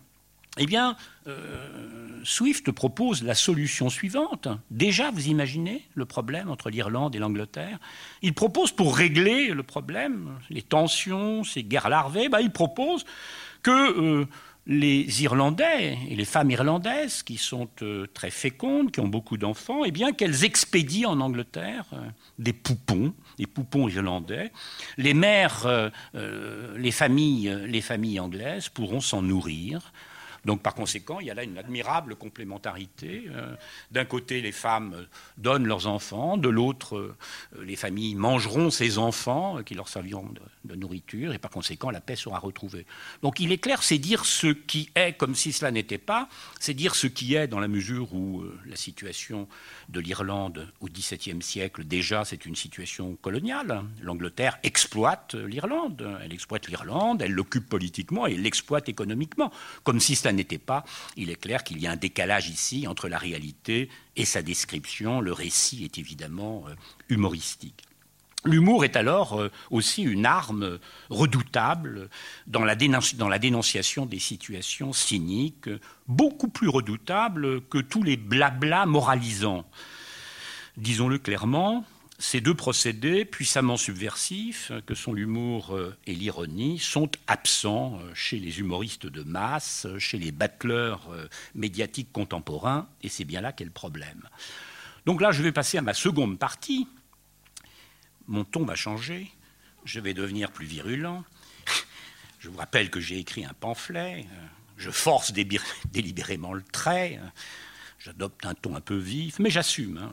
Speaker 1: Swift propose la solution suivante. Déjà, vous imaginez le problème entre l'Irlande et l'Angleterre ? Il propose, pour régler le problème, les tensions, ces guerres larvées, il propose que les Irlandais et les femmes irlandaises qui sont très fécondes, qui ont beaucoup d'enfants, qu'elles expédient en Angleterre des poupons irlandais. Les mères, les familles anglaises pourront s'en nourrir Donc par conséquent, il y a là une admirable complémentarité. D'un côté, les femmes donnent leurs enfants, de l'autre, les familles mangeront ces enfants qui leur serviront de nourriture, et par conséquent, la paix sera retrouvée. Donc il est clair, c'est dire ce qui est comme si cela n'était pas, c'est dire ce qui est dans la mesure où la situation de l'Irlande au XVIIe siècle, déjà, c'est une situation coloniale. L'Angleterre exploite l'Irlande, elle l'occupe politiquement et elle l'exploite économiquement. Comme si cela n'était pas, il est clair qu'il y a un décalage ici entre la réalité et sa description. Le récit est évidemment humoristique. L'humour est alors aussi une arme redoutable dans la dénonciation des situations cyniques, beaucoup plus redoutable que tous les blablas moralisants. Disons-le clairement, ces deux procédés puissamment subversifs, que sont l'humour et l'ironie, sont absents chez les humoristes de masse, chez les battleurs médiatiques contemporains, et c'est bien là qu'est le problème. Donc là, je vais passer à ma seconde partie. Mon ton va changer, je vais devenir plus virulent. Je vous rappelle que j'ai écrit un pamphlet, je force délibérément le trait, j'adopte un ton un peu vif, mais j'assume.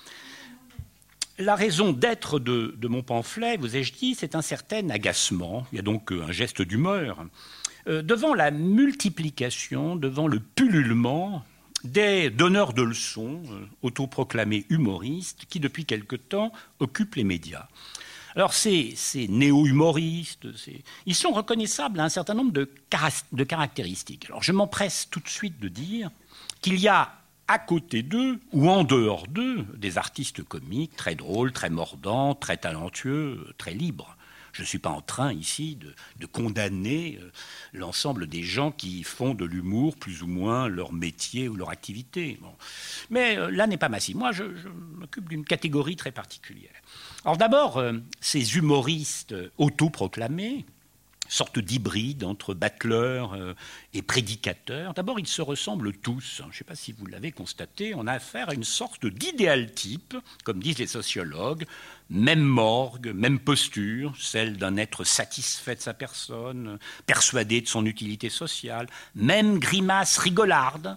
Speaker 1: La raison d'être de mon pamphlet, vous ai-je dit, c'est un certain agacement, il y a donc un geste d'humeur, devant la multiplication, devant le pullulement des donneurs de leçons autoproclamés humoristes qui, depuis quelque temps, occupent les médias. Alors, ces néo-humoristes, ils sont reconnaissables à un certain nombre de caractéristiques. Alors, je m'empresse tout de suite de dire qu'il y a à côté d'eux, ou en dehors d'eux, des artistes comiques très drôles, très mordants, très talentueux, très libres. Je ne suis pas en train ici de condamner l'ensemble des gens qui font de l'humour plus ou moins leur métier ou leur activité. Bon. Mais là n'est pas ma cible. Moi, je m'occupe d'une catégorie très particulière. Alors d'abord, ces humoristes autoproclamés, sorte d'hybride entre battleurs et prédicateurs. D'abord, ils se ressemblent tous. Je ne sais pas si vous l'avez constaté, on a affaire à une sorte d'idéal type, comme disent les sociologues, même morgue, même posture, celle d'un être satisfait de sa personne, persuadé de son utilité sociale, même grimace rigolarde,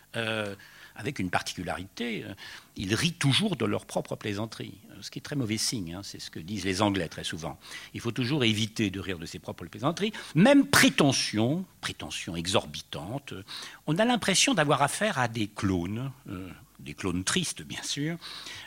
Speaker 1: avec une particularité, ils rient toujours de leur propre plaisanterie, ce qui est très mauvais signe, c'est ce que disent les Anglais très souvent. Il faut toujours éviter de rire de ses propres plaisanteries. Même prétention exorbitante, on a l'impression d'avoir affaire à des clones tristes bien sûr.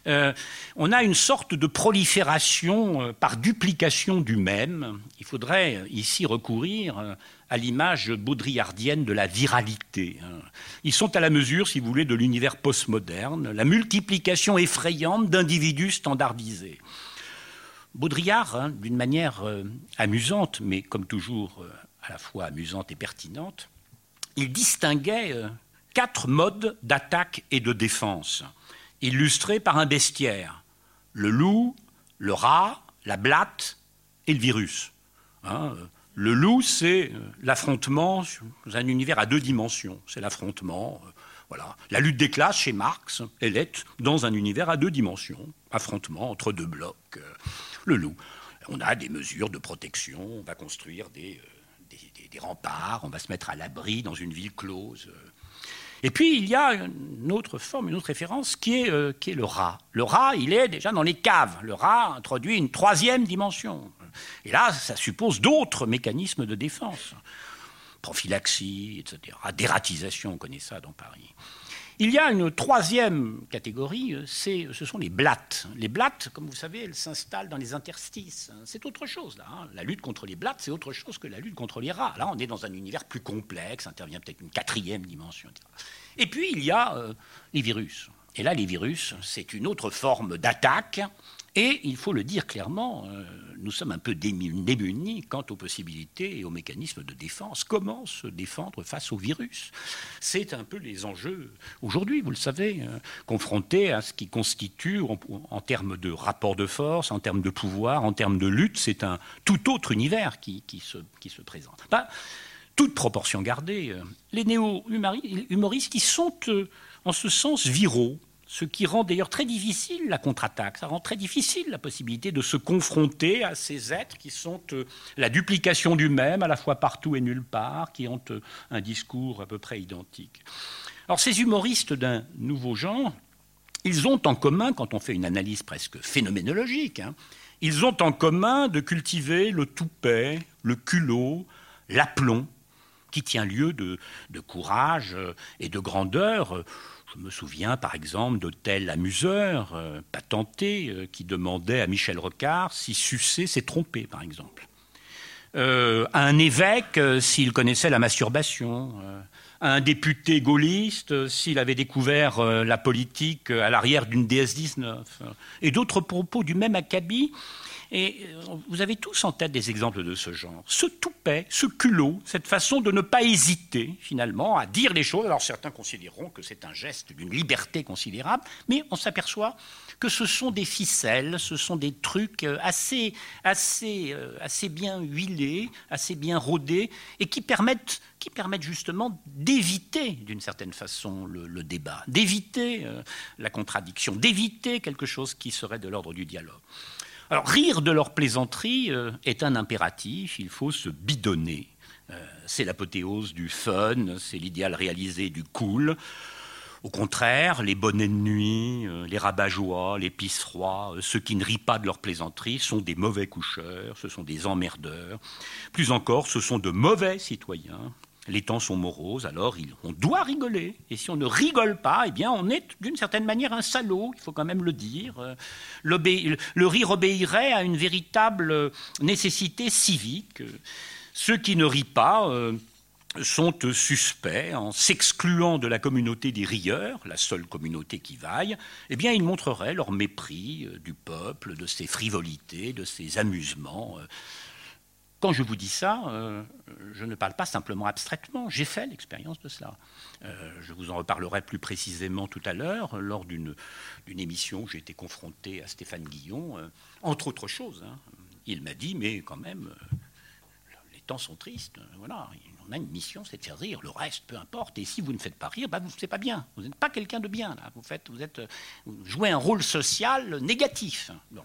Speaker 1: On a une sorte de prolifération par duplication du même. Il faudrait ici recourir à l'image baudrillardienne de la viralité. Ils sont à la mesure, si vous voulez, de l'univers postmoderne, la multiplication effrayante d'individus standardisés. Baudrillard, d'une manière amusante, mais comme toujours à la fois amusante et pertinente, il distinguait 4 modes d'attaque et de défense, illustrés par un bestiaire: le loup, le rat, la blatte et le virus. Le loup, c'est l'affrontement dans un univers à 2 dimensions. C'est l'affrontement, voilà. La lutte des classes, chez Marx, elle est dans un univers à 2 dimensions. Affrontement entre 2 blocs. Le loup. On a des mesures de protection, on va construire des remparts, on va se mettre à l'abri dans une ville close. Et puis, il y a une autre forme, une autre référence, qui est le rat. Le rat, il est déjà dans les caves. Le rat introduit une 3e dimension. Et là, ça suppose d'autres mécanismes de défense. Prophylaxie, etc. Dératisation, on connaît ça dans Paris. Il y a une 3e catégorie, ce sont les blattes. Les blattes, comme vous savez, elles s'installent dans les interstices. C'est autre chose, là. La lutte contre les blattes, c'est autre chose que la lutte contre les rats. Là, on est dans un univers plus complexe, intervient peut-être une 4e dimension, etc. Et puis, il y a les virus. Et là, les virus, c'est une autre forme d'attaque. Et il faut le dire clairement, nous sommes un peu démunis quant aux possibilités et aux mécanismes de défense. Comment se défendre face au virus? C'est un peu les enjeux aujourd'hui, vous le savez, confrontés à ce qui constitue, en termes de rapport de force, en termes de pouvoir, en termes de lutte, c'est un tout autre univers qui se présente. Toute proportion gardée, les néo-humoristes, ils sont en ce sens viraux. Ce qui rend d'ailleurs très difficile la contre-attaque, ça rend très difficile la possibilité de se confronter à ces êtres qui sont la duplication du même, à la fois partout et nulle part, qui ont un discours à peu près identique. Alors ces humoristes d'un nouveau genre, ils ont en commun, quand on fait une analyse presque phénoménologique, ils ont en commun de cultiver le toupet, le culot, l'aplomb, qui tient lieu de courage et de grandeur. Je me souviens par exemple de tel amuseur patenté qui demandait à Michel Rocard si sucer c'est tromper, par exemple. À un évêque s'il connaissait la masturbation. À un député gaulliste s'il avait découvert la politique à l'arrière d'une DS-19. Et d'autres propos du même acabit. Et vous avez tous en tête des exemples de ce genre. Ce toupet, ce culot, cette façon de ne pas hésiter, finalement, à dire les choses. Alors certains considéreront que c'est un geste d'une liberté considérable, mais on s'aperçoit que ce sont des ficelles, ce sont des trucs assez bien huilés, assez bien rodés, et qui permettent justement d'éviter, d'une certaine façon, le débat, d'éviter la contradiction, d'éviter quelque chose qui serait de l'ordre du dialogue. Alors, rire de leur plaisanterie est un impératif, il faut se bidonner. C'est l'apothéose du fun, c'est l'idéal réalisé du cool. Au contraire, les bonnets de nuit, les rabat-joie, les pisse-froids, ceux qui ne rient pas de leur plaisanterie sont des mauvais coucheurs, ce sont des emmerdeurs. Plus encore, ce sont de mauvais citoyens. Les temps sont moroses, alors on doit rigoler. Et si on ne rigole pas, eh bien, on est d'une certaine manière un salaud, il faut quand même le dire. Le rire obéirait à une véritable nécessité civique. Ceux qui ne rient pas sont suspects. En s'excluant de la communauté des rieurs, la seule communauté qui vaille, eh bien, ils montreraient leur mépris du peuple, de ses frivolités, de ses amusements. Quand je vous dis ça, je ne parle pas simplement abstraitement, j'ai fait l'expérience de cela. Je vous en reparlerai plus précisément tout à l'heure, lors d'une émission où j'ai été confronté à Stéphane Guillon, entre autres choses. Il m'a dit, mais quand même, les temps sont tristes, voilà, on a une mission, c'est de faire rire, le reste, peu importe, et si vous ne faites pas rire, c'est pas bien, vous n'êtes pas quelqu'un de bien, là. Vous jouez un rôle social négatif. Bon.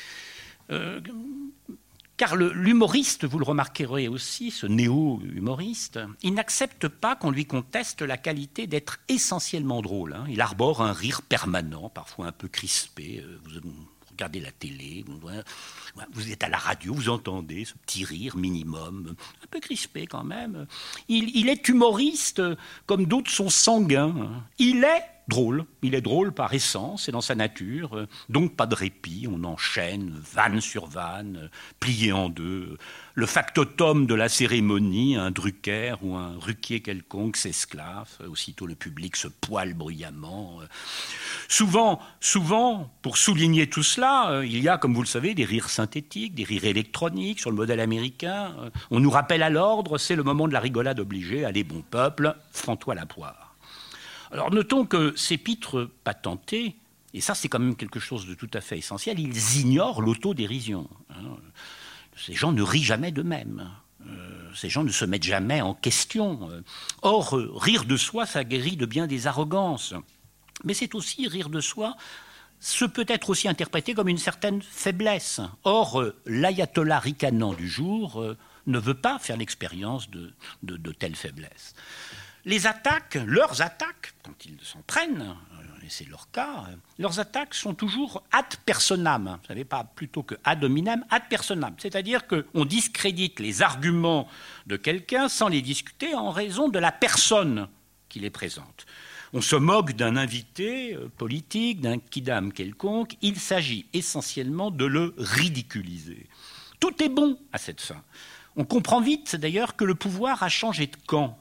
Speaker 1: Car l'humoriste, vous le remarquerez aussi, ce néo-humoriste, il n'accepte pas qu'on lui conteste la qualité d'être essentiellement drôle. Il arbore un rire permanent, parfois un peu crispé. Vous regardez la télé, vous êtes à la radio, vous entendez ce petit rire minimum, un peu crispé quand même. Il est humoriste comme d'autres sont sanguins. Il est drôle par essence, c'est dans sa nature, donc pas de répit, on enchaîne, vanne sur vanne, plié en deux. Le factotum de la cérémonie, un Drucker ou un Ruquier quelconque s'esclave, aussitôt le public se poile bruyamment. Souvent, pour souligner tout cela, il y a, comme vous le savez, des rires synthétiques, des rires électroniques sur le modèle américain. On nous rappelle à l'ordre, c'est le moment de la rigolade obligée, allez bon peuple, franc-toi la poire. Alors notons que ces pitres patentés, et ça c'est quand même quelque chose de tout à fait essentiel, ils ignorent l'autodérision. Ces gens ne rient jamais d'eux-mêmes. Ces gens ne se mettent jamais en question. Or, rire de soi, ça guérit de bien des arrogances. Mais c'est aussi, rire de soi, ce peut être aussi interprété comme une certaine faiblesse. Or, l'ayatollah ricanant du jour ne veut pas faire l'expérience de telle faiblesse. Leurs attaques, quand ils s'en prennent, et c'est leur cas, leurs attaques sont toujours ad personam, vous savez, pas plutôt que ad hominem, ad personam. C'est-à-dire qu'on discrédite les arguments de quelqu'un sans les discuter en raison de la personne qui les présente. On se moque d'un invité politique, d'un quidam quelconque, il s'agit essentiellement de le ridiculiser. Tout est bon à cette fin. On comprend vite d'ailleurs que le pouvoir a changé de camp.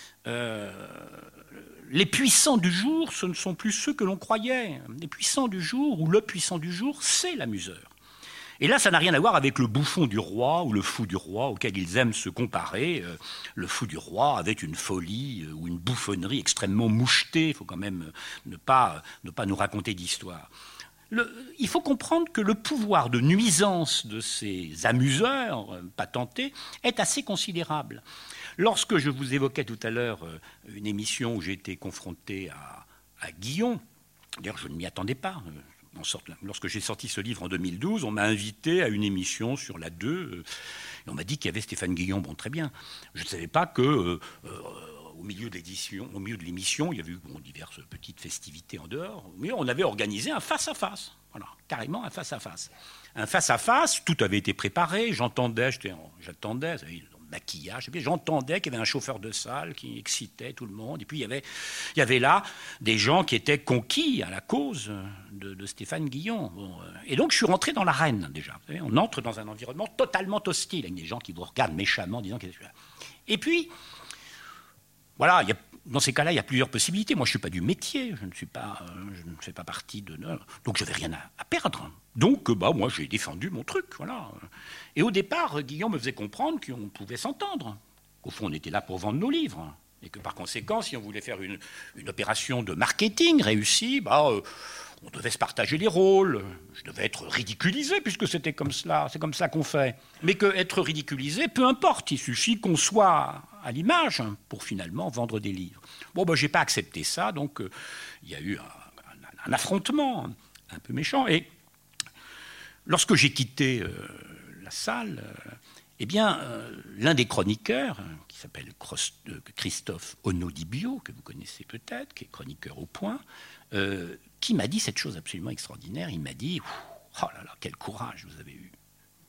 Speaker 1: Les puissants du jour, ce ne sont plus ceux que l'on croyait. Les puissants du jour, ou le puissant du jour, c'est l'amuseur. Et là, ça n'a rien à voir avec le bouffon du roi ou le fou du roi auquel ils aiment se comparer. Le fou du roi avec une folie ou une bouffonnerie extrêmement mouchetée. Il faut quand même ne pas nous raconter d'histoire. Il faut comprendre que le pouvoir de nuisance de ces amuseurs patentés est assez considérable. Lorsque je vous évoquais tout à l'heure une émission où j'ai été confronté à Guillon, D'ailleurs, je ne m'y attendais pas. Lorsque j'ai sorti ce livre en 2012, on m'a invité à une émission sur la 2, et on m'a dit qu'il y avait Stéphane Guillon. Bon, très bien. Je ne savais pas que... au milieu de l'émission, il y avait eu diverses petites festivités en dehors, mais on avait organisé un face-à-face. Voilà, carrément un face-à-face. Un face-à-face, tout avait été préparé, j'attendais, j'attendais, maquillage, et puis j'entendais qu'il y avait un chauffeur de salle qui excitait tout le monde, et puis il y avait là des gens qui étaient conquis à la cause de Stéphane Guillon. Bon, et donc je suis rentré dans l'arène déjà. Vous savez, on entre dans un environnement totalement hostile, avec des gens qui vous regardent méchamment, disant qu'est-ce que c'est. Et puis, voilà, dans ces cas-là, il y a plusieurs possibilités. Moi, je ne suis pas du métier, je ne fais pas partie de... Donc, je n'avais rien à perdre. Donc, moi, j'ai défendu mon truc, voilà. Et au départ, Guillaume me faisait comprendre qu'on pouvait s'entendre. Au fond, on était là pour vendre nos livres. Et que, par conséquent, si on voulait faire une opération de marketing réussie, on devait se partager les rôles. Je devais être ridiculisé, puisque c'était comme cela, c'est comme ça qu'on fait. Mais qu'être ridiculisé, peu importe, il suffit qu'on soit à l'image pour finalement vendre des livres. Bon, je n'ai pas accepté ça, donc il y a eu un affrontement un peu méchant. Et lorsque j'ai quitté la salle, l'un des chroniqueurs, qui s'appelle Christophe Onodibio, que vous connaissez peut-être, qui est chroniqueur au Point, qui m'a dit cette chose absolument extraordinaire. Il m'a dit « Oh là là, quel courage vous avez eu !»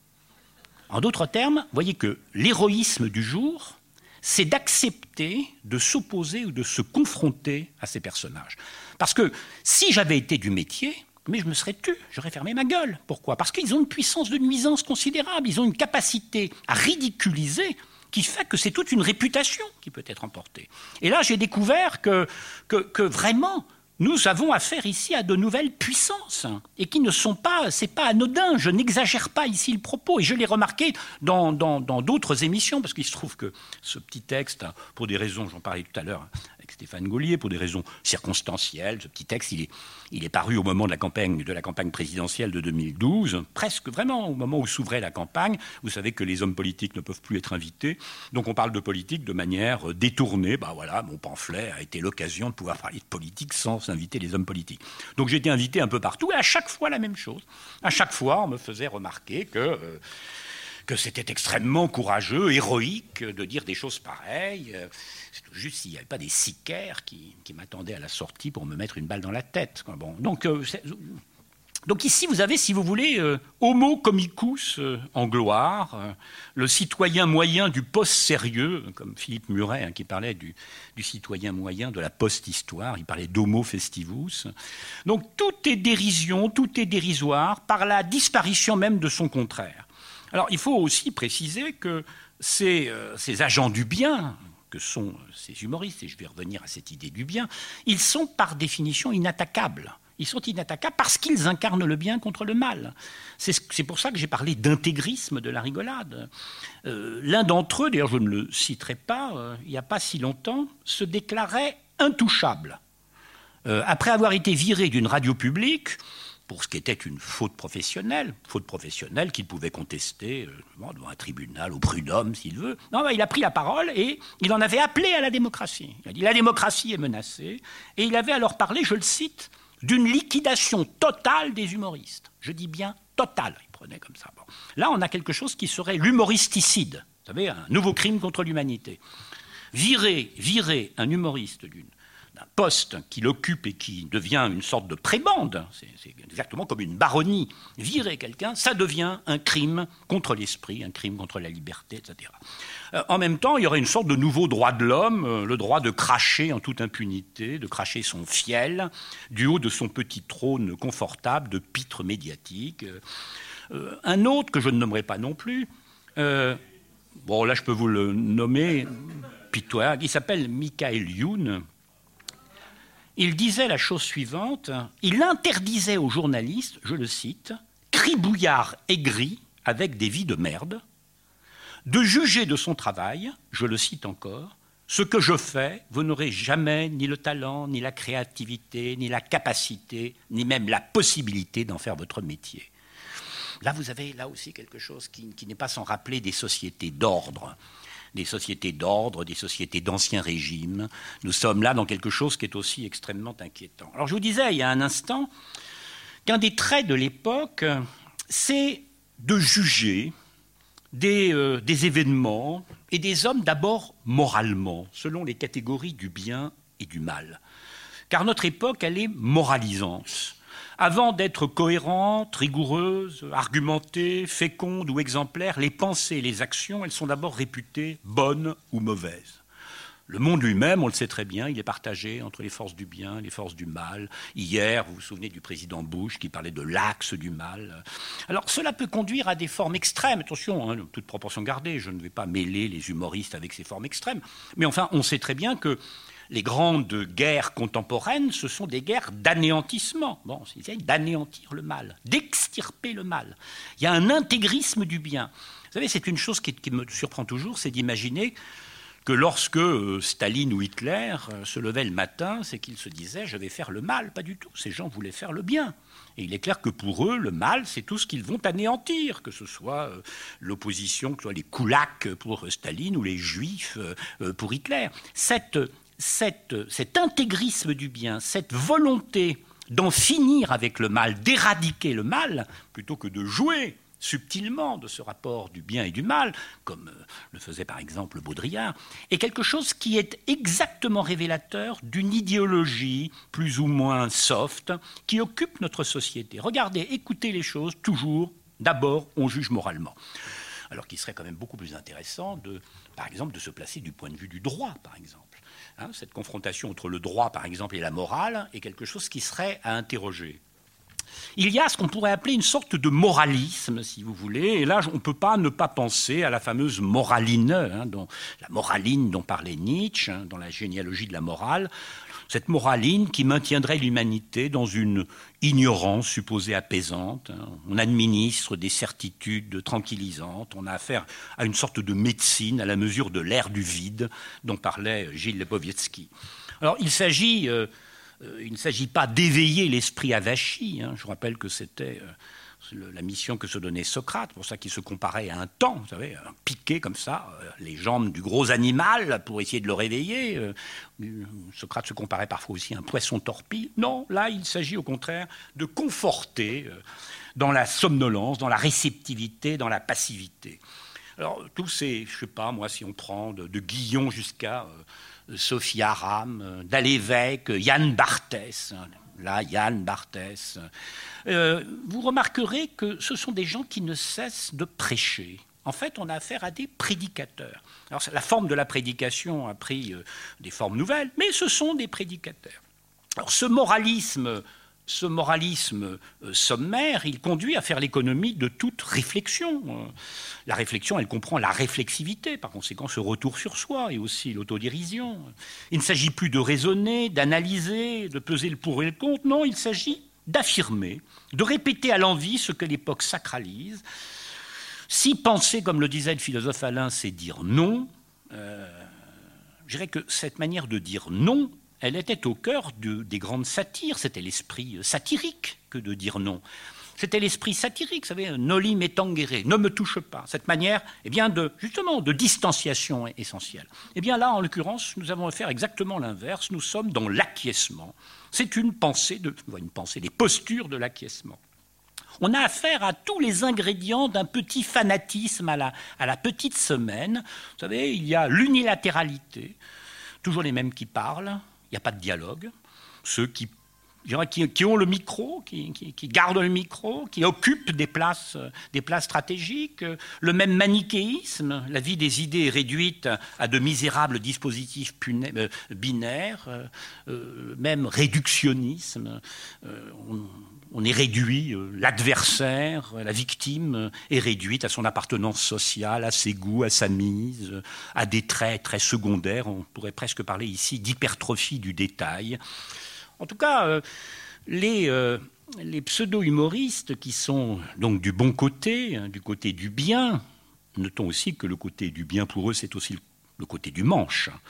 Speaker 1: En d'autres termes, voyez que l'héroïsme du jour, c'est d'accepter de s'opposer ou de se confronter à ces personnages. Parce que si j'avais été du métier, mais je me serais tu, j'aurais fermé ma gueule. Pourquoi ? Parce qu'ils ont une puissance de nuisance considérable, ils ont une capacité à ridiculiser qui fait que c'est toute une réputation qui peut être emportée. Et là, j'ai découvert que vraiment... Nous avons affaire ici à de nouvelles puissances et qui ne sont pas, c'est pas anodin. Je n'exagère pas ici le propos et je l'ai remarqué dans d'autres émissions parce qu'il se trouve que ce petit texte, pour des raisons, j'en parlais tout à l'heure avec Stéphane Gaulier, pour des raisons circonstancielles, ce petit texte, il est paru au moment de la campagne présidentielle de 2012, presque vraiment au moment où s'ouvrait la campagne. Vous savez que les hommes politiques ne peuvent plus être invités, donc on parle de politique de manière détournée. Voilà, mon pamphlet a été l'occasion de pouvoir parler de politique sans inviter les hommes politiques. Donc j'ai été invité un peu partout, et à chaque fois la même chose. À chaque fois, on me faisait remarquer que c'était extrêmement courageux, héroïque de dire des choses pareilles. C'est tout juste s'il n'y avait pas des sicaires qui m'attendaient à la sortie pour me mettre une balle dans la tête. Bon, donc ici, vous avez, si vous voulez, homo comicus en gloire, le citoyen moyen du post-sérieux, comme Philippe Muret, qui parlait du citoyen moyen de la post-histoire, il parlait d'homo festivus. Donc tout est dérision, tout est dérisoire, par la disparition même de son contraire. Alors il faut aussi préciser que ces agents du bien, que sont ces humoristes, et je vais revenir à cette idée du bien, ils sont par définition inattaquables. Ils sont inattaquables parce qu'ils incarnent le bien contre le mal. C'est pour ça que j'ai parlé d'intégrisme de la rigolade. L'un d'entre eux, d'ailleurs je ne le citerai pas, il n'y a pas si longtemps, se déclarait intouchable. Après avoir été viré d'une radio publique pour ce qui était une faute professionnelle qu'il pouvait contester devant un tribunal, au prud'homme s'il veut. Non, il a pris la parole et il en avait appelé à la démocratie. Il a dit « la démocratie est menacée » et il avait alors parlé, je le cite, d'une liquidation totale des humoristes. Je dis bien totale, il prenait comme ça. Bon. Là, on a quelque chose qui serait l'humoristicide. Vous savez, un nouveau crime contre l'humanité. Virer un humoriste d'un poste qu'il occupe et qui devient une sorte de prébende, c'est exactement comme une baronnie. Virer quelqu'un, ça devient un crime contre l'esprit, un crime contre la liberté, etc. En même temps, il y aurait une sorte de nouveau droit de l'homme, le droit de cracher en toute impunité, de cracher son fiel du haut de son petit trône confortable de pitre médiatique. Un autre que je ne nommerai pas non plus, là je peux vous le nommer, pitoyable, il s'appelle Michael Youn. Il disait la chose suivante, il interdisait aux journalistes, je le cite, cribouillards aigris avec des vies de merde, de juger de son travail, je le cite encore, ce que je fais, vous n'aurez jamais ni le talent, ni la créativité, ni la capacité, ni même la possibilité d'en faire votre métier. Là, vous avez là aussi quelque chose qui n'est pas sans rappeler des sociétés d'ordre. des sociétés d'ordre, des sociétés d'ancien régime. Nous sommes là dans quelque chose qui est aussi extrêmement inquiétant. Alors je vous disais il y a un instant qu'un des traits de l'époque, c'est de juger des événements et des hommes d'abord moralement, selon les catégories du bien et du mal. Car notre époque, elle est moralisante. Avant d'être cohérente, rigoureuse, argumentée, féconde ou exemplaire, les pensées et les actions, elles sont d'abord réputées bonnes ou mauvaises. Le monde lui-même, on le sait très bien, il est partagé entre les forces du bien et les forces du mal. Hier, vous vous souvenez du président Bush qui parlait de l'axe du mal. Alors, cela peut conduire à des formes extrêmes. Attention, toute proportion gardée, je ne vais pas mêler les humoristes avec ces formes extrêmes. Mais enfin, on sait très bien que les grandes guerres contemporaines, ce sont des guerres d'anéantissement. Bon, c'est d'anéantir le mal, d'extirper le mal. Il y a un intégrisme du bien. Vous savez, c'est une chose qui me surprend toujours, c'est d'imaginer que lorsque Staline ou Hitler se levaient le matin, c'est qu'ils se disaient « je vais faire le mal ». Pas du tout, ces gens voulaient faire le bien. Et il est clair que pour eux, le mal, c'est tout ce qu'ils vont anéantir, que ce soit l'opposition, que ce soit les koulaks pour Staline ou les juifs pour Hitler. Cet intégrisme du bien, cette volonté d'en finir avec le mal, d'éradiquer le mal, plutôt que de jouer subtilement de ce rapport du bien et du mal, comme le faisait par exemple Baudrillard, est quelque chose qui est exactement révélateur d'une idéologie plus ou moins soft qui occupe notre société. Regardez, écoutez les choses, toujours, d'abord, on juge moralement. Alors qu'il serait quand même beaucoup plus intéressant, par exemple, de se placer du point de vue du droit, par exemple. Cette confrontation entre le droit, par exemple, et la morale est quelque chose qui serait à interroger. Il y a ce qu'on pourrait appeler une sorte de moralisme, si vous voulez, et là, on ne peut pas ne pas penser à la fameuse moraline, la moraline dont parlait Nietzsche, dans la généalogie de la morale, cette moraline qui maintiendrait l'humanité dans une ignorance supposée apaisante. On administre des certitudes tranquillisantes, on a affaire à une sorte de médecine à la mesure de l'air du vide dont parlait Gilles Lipovetsky. Alors, il ne s'agit pas d'éveiller l'esprit avachi. Je rappelle que c'était la mission que se donnait Socrate, pour ça qu'il se comparait à un taon, vous savez, un piqué comme ça, les jambes du gros animal pour essayer de le réveiller. Socrate se comparait parfois aussi à un poisson torpille. Non, là, il s'agit au contraire de conforter dans la somnolence, dans la réceptivité, dans la passivité. Alors, tous ces, je ne sais pas, moi, si on prend de Guillon jusqu'à Sophie Aram, d'Alévèque, Yann Barthès, là, Yann Barthès, vous remarquerez que ce sont des gens qui ne cessent de prêcher. En fait, on a affaire à des prédicateurs. Alors, la forme de la prédication a pris des formes nouvelles, mais ce sont des prédicateurs. Alors, ce moralisme sommaire, il conduit à faire l'économie de toute réflexion. La réflexion, elle comprend la réflexivité, par conséquent ce retour sur soi et aussi l'autodérision. Il ne s'agit plus de raisonner, d'analyser, de peser le pour et le contre. Non, il s'agit d'affirmer, de répéter à l'envi ce que l'époque sacralise. Si penser, comme le disait le philosophe Alain, c'est dire non, je dirais que cette manière de dire non, elle était au cœur des grandes satires. C'était l'esprit satirique que de dire non. C'était l'esprit satirique, vous savez, noli me tangere, ne me touche pas. Cette manière, justement, de distanciation essentielle. Eh bien là, en l'occurrence, nous avons affaire exactement l'inverse. Nous sommes dans l'acquiescement. C'est une pensée, les postures de l'acquiescement. On a affaire à tous les ingrédients d'un petit fanatisme à la petite semaine. Vous savez, il y a l'unilatéralité, toujours les mêmes qui parlent. Il n'y a pas de dialogue. Ceux qui ont le micro, qui gardent le micro, qui occupent des places stratégiques. Le même manichéisme, la vie des idées est réduite à de misérables dispositifs binaires. Même réductionnisme. On est réduit, l'adversaire, la victime est réduite à son appartenance sociale, à ses goûts, à sa mise, à des traits très secondaires. On pourrait presque parler ici d'hypertrophie du détail. En tout cas, les pseudo-humoristes qui sont donc du bon côté, du côté du bien, notons aussi que le côté du bien pour eux, c'est aussi le côté du manche.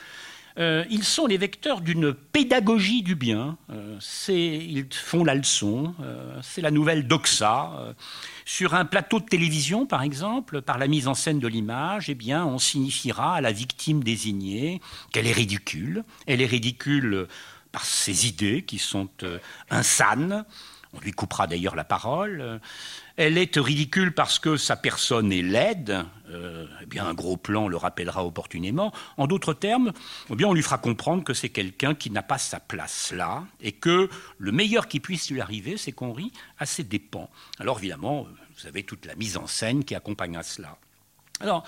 Speaker 1: Ils sont les vecteurs d'une pédagogie du bien. Ils font la leçon. C'est la nouvelle doxa. Sur un plateau de télévision, par exemple, par la mise en scène de l'image, eh bien, on signifiera à la victime désignée qu'elle est ridicule. Elle est ridicule par ses idées qui sont insanes. On lui coupera d'ailleurs la parole. Elle est ridicule parce que sa personne est laide. Eh bien, un gros plan le rappellera opportunément. En d'autres termes, eh bien, on lui fera comprendre que c'est quelqu'un qui n'a pas sa place là et que le meilleur qui puisse lui arriver, c'est qu'on rit à ses dépens. Alors évidemment, vous avez toute la mise en scène qui accompagne à cela. Alors,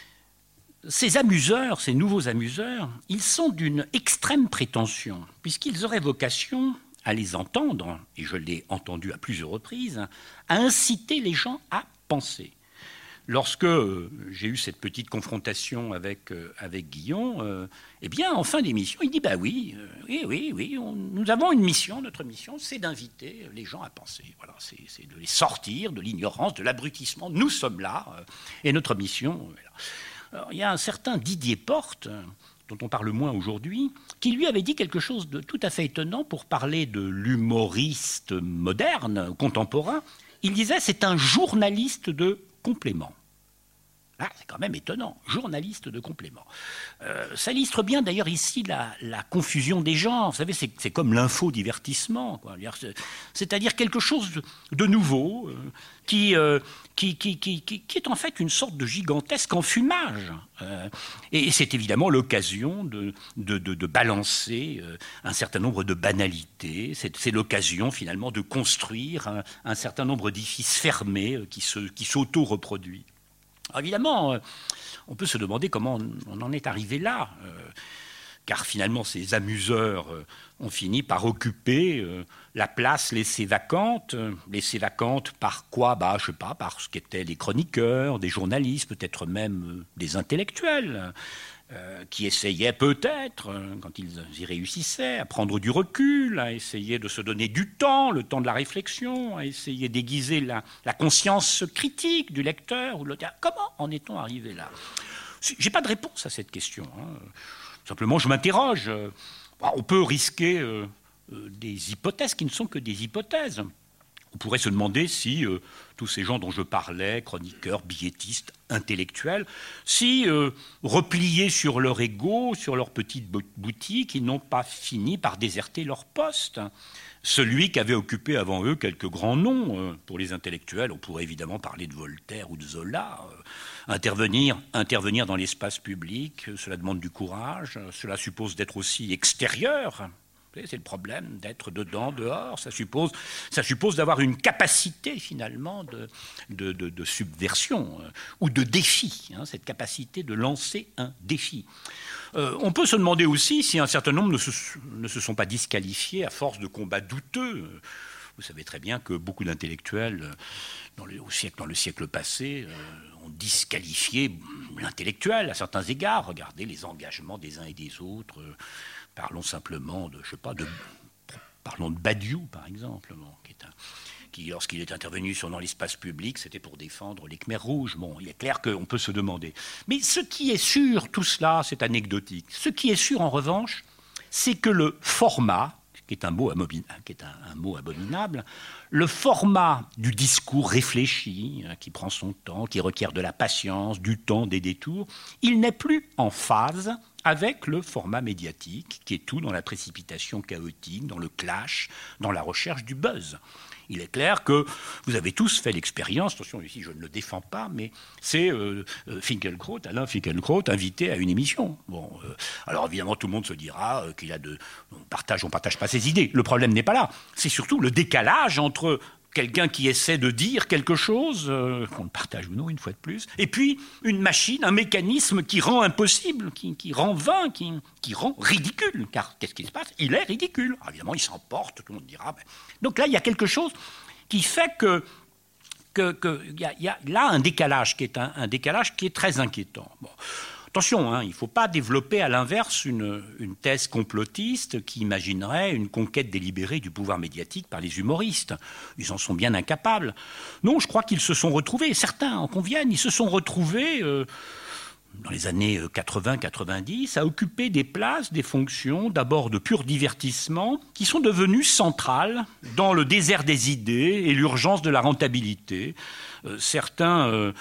Speaker 1: ces amuseurs, ces nouveaux amuseurs, ils sont d'une extrême prétention, puisqu'ils auraient vocation à les entendre, et je l'ai entendu à plusieurs reprises, à inciter les gens à penser. Lorsque j'ai eu cette petite confrontation avec Guillon, eh bien, en fin d'émission, il dit « bah oui, nous avons une mission, notre mission, c'est d'inviter les gens à penser. Voilà, c'est de les sortir de l'ignorance, de l'abrutissement. Nous sommes là, et notre mission... Alors, il y a un certain Didier Porte, dont on parle moins aujourd'hui, qui lui avait dit quelque chose de tout à fait étonnant pour parler de l'humoriste moderne, contemporain. Il disait « c'est un journaliste de complément ». Ah, c'est quand même étonnant, journaliste de complément. Ça illustre bien d'ailleurs ici la confusion des genres. Vous savez, c'est comme l'infodivertissement, quoi. C'est-à-dire quelque chose de nouveau qui est en fait une sorte de gigantesque enfumage. Et c'est évidemment l'occasion de balancer un certain nombre de banalités. C'est l'occasion finalement de construire un certain nombre d'édifices fermés qui s'auto-reproduisent. Évidemment, on peut se demander comment on en est arrivé là, car finalement ces amuseurs ont fini par occuper la place laissée vacante par quoi ? Je sais pas, par ce qu'étaient les chroniqueurs, des journalistes, peut-être même des intellectuels, qui essayaient peut-être, quand ils y réussissaient, à prendre du recul, à essayer de se donner du temps, le temps de la réflexion, à essayer d'aiguiser la conscience critique du lecteur ou de l'auteur. Comment en est-on arrivé là ? Je n'ai pas de réponse à cette question. Simplement, je m'interroge. On peut risquer des hypothèses qui ne sont que des hypothèses. On pourrait se demander si tous ces gens dont je parlais, chroniqueurs, billettistes, intellectuels, si repliés sur leur ego, sur leur petite boutique, ils n'ont pas fini par déserter leur poste. Celui qu'avaient occupé avant eux quelques grands noms. Pour les intellectuels, on pourrait évidemment parler de Voltaire ou de Zola. Intervenir dans l'espace public, cela demande du courage, cela suppose d'être aussi extérieur. C'est le problème d'être dedans, dehors. Ça suppose d'avoir une capacité finalement de subversion ou de défi, cette capacité de lancer un défi. On peut se demander aussi si un certain nombre ne se sont pas disqualifiés à force de combats douteux. Vous savez très bien que beaucoup d'intellectuels dans le siècle passé ont disqualifié l'intellectuel à certains égards. Regardez les engagements des uns et des autres. Parlons simplement parlons de Badiou, par exemple, qui, lorsqu'il est intervenu dans l'espace public, c'était pour défendre les Khmers rouges. Bon, il est clair qu'on peut se demander. Mais ce qui est sûr, tout cela, c'est anecdotique. Ce qui est sûr, en revanche, c'est que le format, qui est un mot abominable, le format du discours réfléchi, qui prend son temps, qui requiert de la patience, du temps, des détours, il n'est plus en phase avec le format médiatique, qui est tout dans la précipitation chaotique, dans le clash, dans la recherche du buzz. Il est clair que vous avez tous fait l'expérience, attention ici je ne le défends pas, mais c'est Alain Finkielkraut invité à une émission. Bon, alors évidemment tout le monde se dira on partage pas ses idées. Le problème n'est pas là, c'est surtout le décalage entre quelqu'un qui essaie de dire quelque chose, qu'on le partage ou non, une fois de plus, et puis une machine, un mécanisme qui rend impossible, qui rend vain, qui rend ridicule. Car qu'est-ce qui se passe ? Il est ridicule. Alors, évidemment, il s'emporte, tout le monde dira... Donc là, il y a quelque chose qui fait que y a là un décalage qui est très inquiétant. Bon. Attention, il ne faut pas développer à l'inverse une thèse complotiste qui imaginerait une conquête délibérée du pouvoir médiatique par les humoristes. Ils en sont bien incapables. Non, je crois qu'ils se sont retrouvés, certains en conviennent, ils se sont retrouvés dans les années 80-90, a occupé des places, des fonctions, d'abord de pur divertissement, qui sont devenues centrales dans le désert des idées et l'urgence de la rentabilité. Certains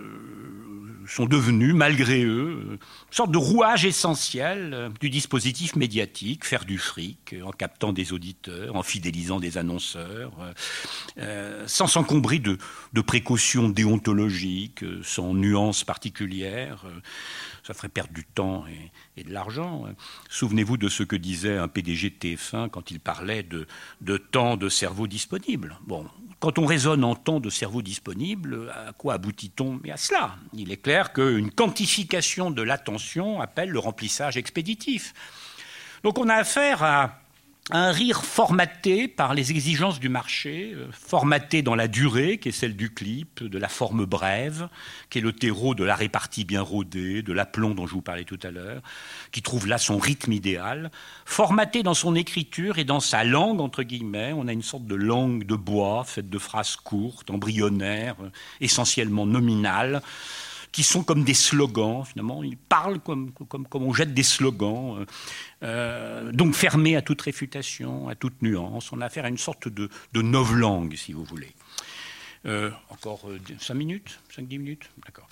Speaker 1: sont devenus, malgré eux, une sorte de rouage essentiel du dispositif médiatique, faire du fric en captant des auditeurs, en fidélisant des annonceurs, sans s'encombrer de précautions déontologiques, sans nuances particulières. Ça ferait perdre du temps et de l'argent. Souvenez-vous de ce que disait un PDG de TF1 quand il parlait de temps de cerveau disponible. Bon, quand on raisonne en temps de cerveau disponible, à quoi aboutit-on? Mais à cela. Il est clair qu'une quantification de l'attention appelle le remplissage expéditif. Donc on a affaire à un rire formaté par les exigences du marché, formaté dans la durée, qui est celle du clip, de la forme brève, qui est le terreau de la répartie bien rodée, de l'aplomb dont je vous parlais tout à l'heure, qui trouve là son rythme idéal, formaté dans son écriture et dans sa langue, entre guillemets. On a une sorte de langue de bois, faite de phrases courtes, embryonnaires, essentiellement nominales, qui sont comme des slogans, finalement. Ils parlent comme on jette des slogans, donc fermés à toute réfutation, à toute nuance. On a affaire à une sorte de novlangue, si vous voulez. Encore 5 minutes 5-10 minutes. D'accord.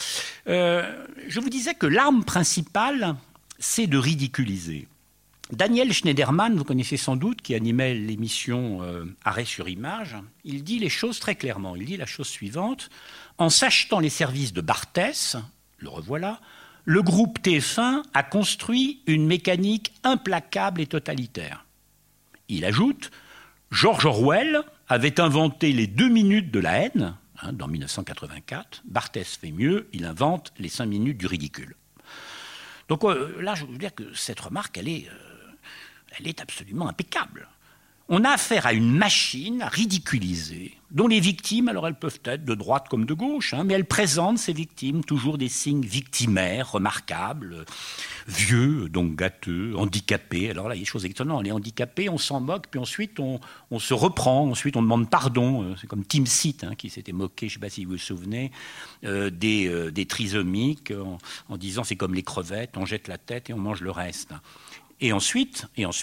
Speaker 1: Je vous disais que l'arme principale, c'est de ridiculiser. Daniel Schneiderman, vous connaissez sans doute, qui animait l'émission Arrêt sur image, il dit les choses très clairement. Il dit la chose suivante: en s'achetant les services de Barthès, le revoilà, le groupe TF1 a construit une mécanique implacable et totalitaire. Il ajoute: George Orwell avait inventé les 2 minutes de la haine, dans 1984. Barthès fait mieux, il invente les 5 minutes du ridicule. Donc là, je veux dire que cette remarque, elle est absolument impeccable. On a affaire à une machine à ridiculiser, dont les victimes, alors elles peuvent être de droite comme de gauche, mais elles présentent, ces victimes, toujours des signes victimaires remarquables, vieux, donc gâteux, handicapés. Alors là, il y a des choses étonnantes. On est handicapé, on s'en moque, puis ensuite on se reprend, ensuite on demande pardon. C'est comme Tim Seat qui s'était moqué, je ne sais pas si vous vous souvenez, des trisomiques, en disant c'est comme les crevettes, on jette la tête et on mange le reste. Et ensuite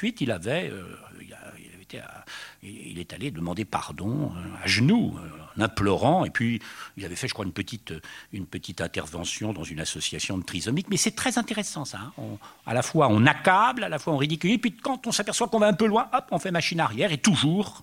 Speaker 1: il est allé demander pardon à genoux, en implorant, et puis il avait fait, je crois, une petite intervention dans une association de trisomiques. Mais c'est très intéressant, ça. À la fois on accable, à la fois on ridiculise, et puis quand on s'aperçoit qu'on va un peu loin, hop, on fait machine arrière, et toujours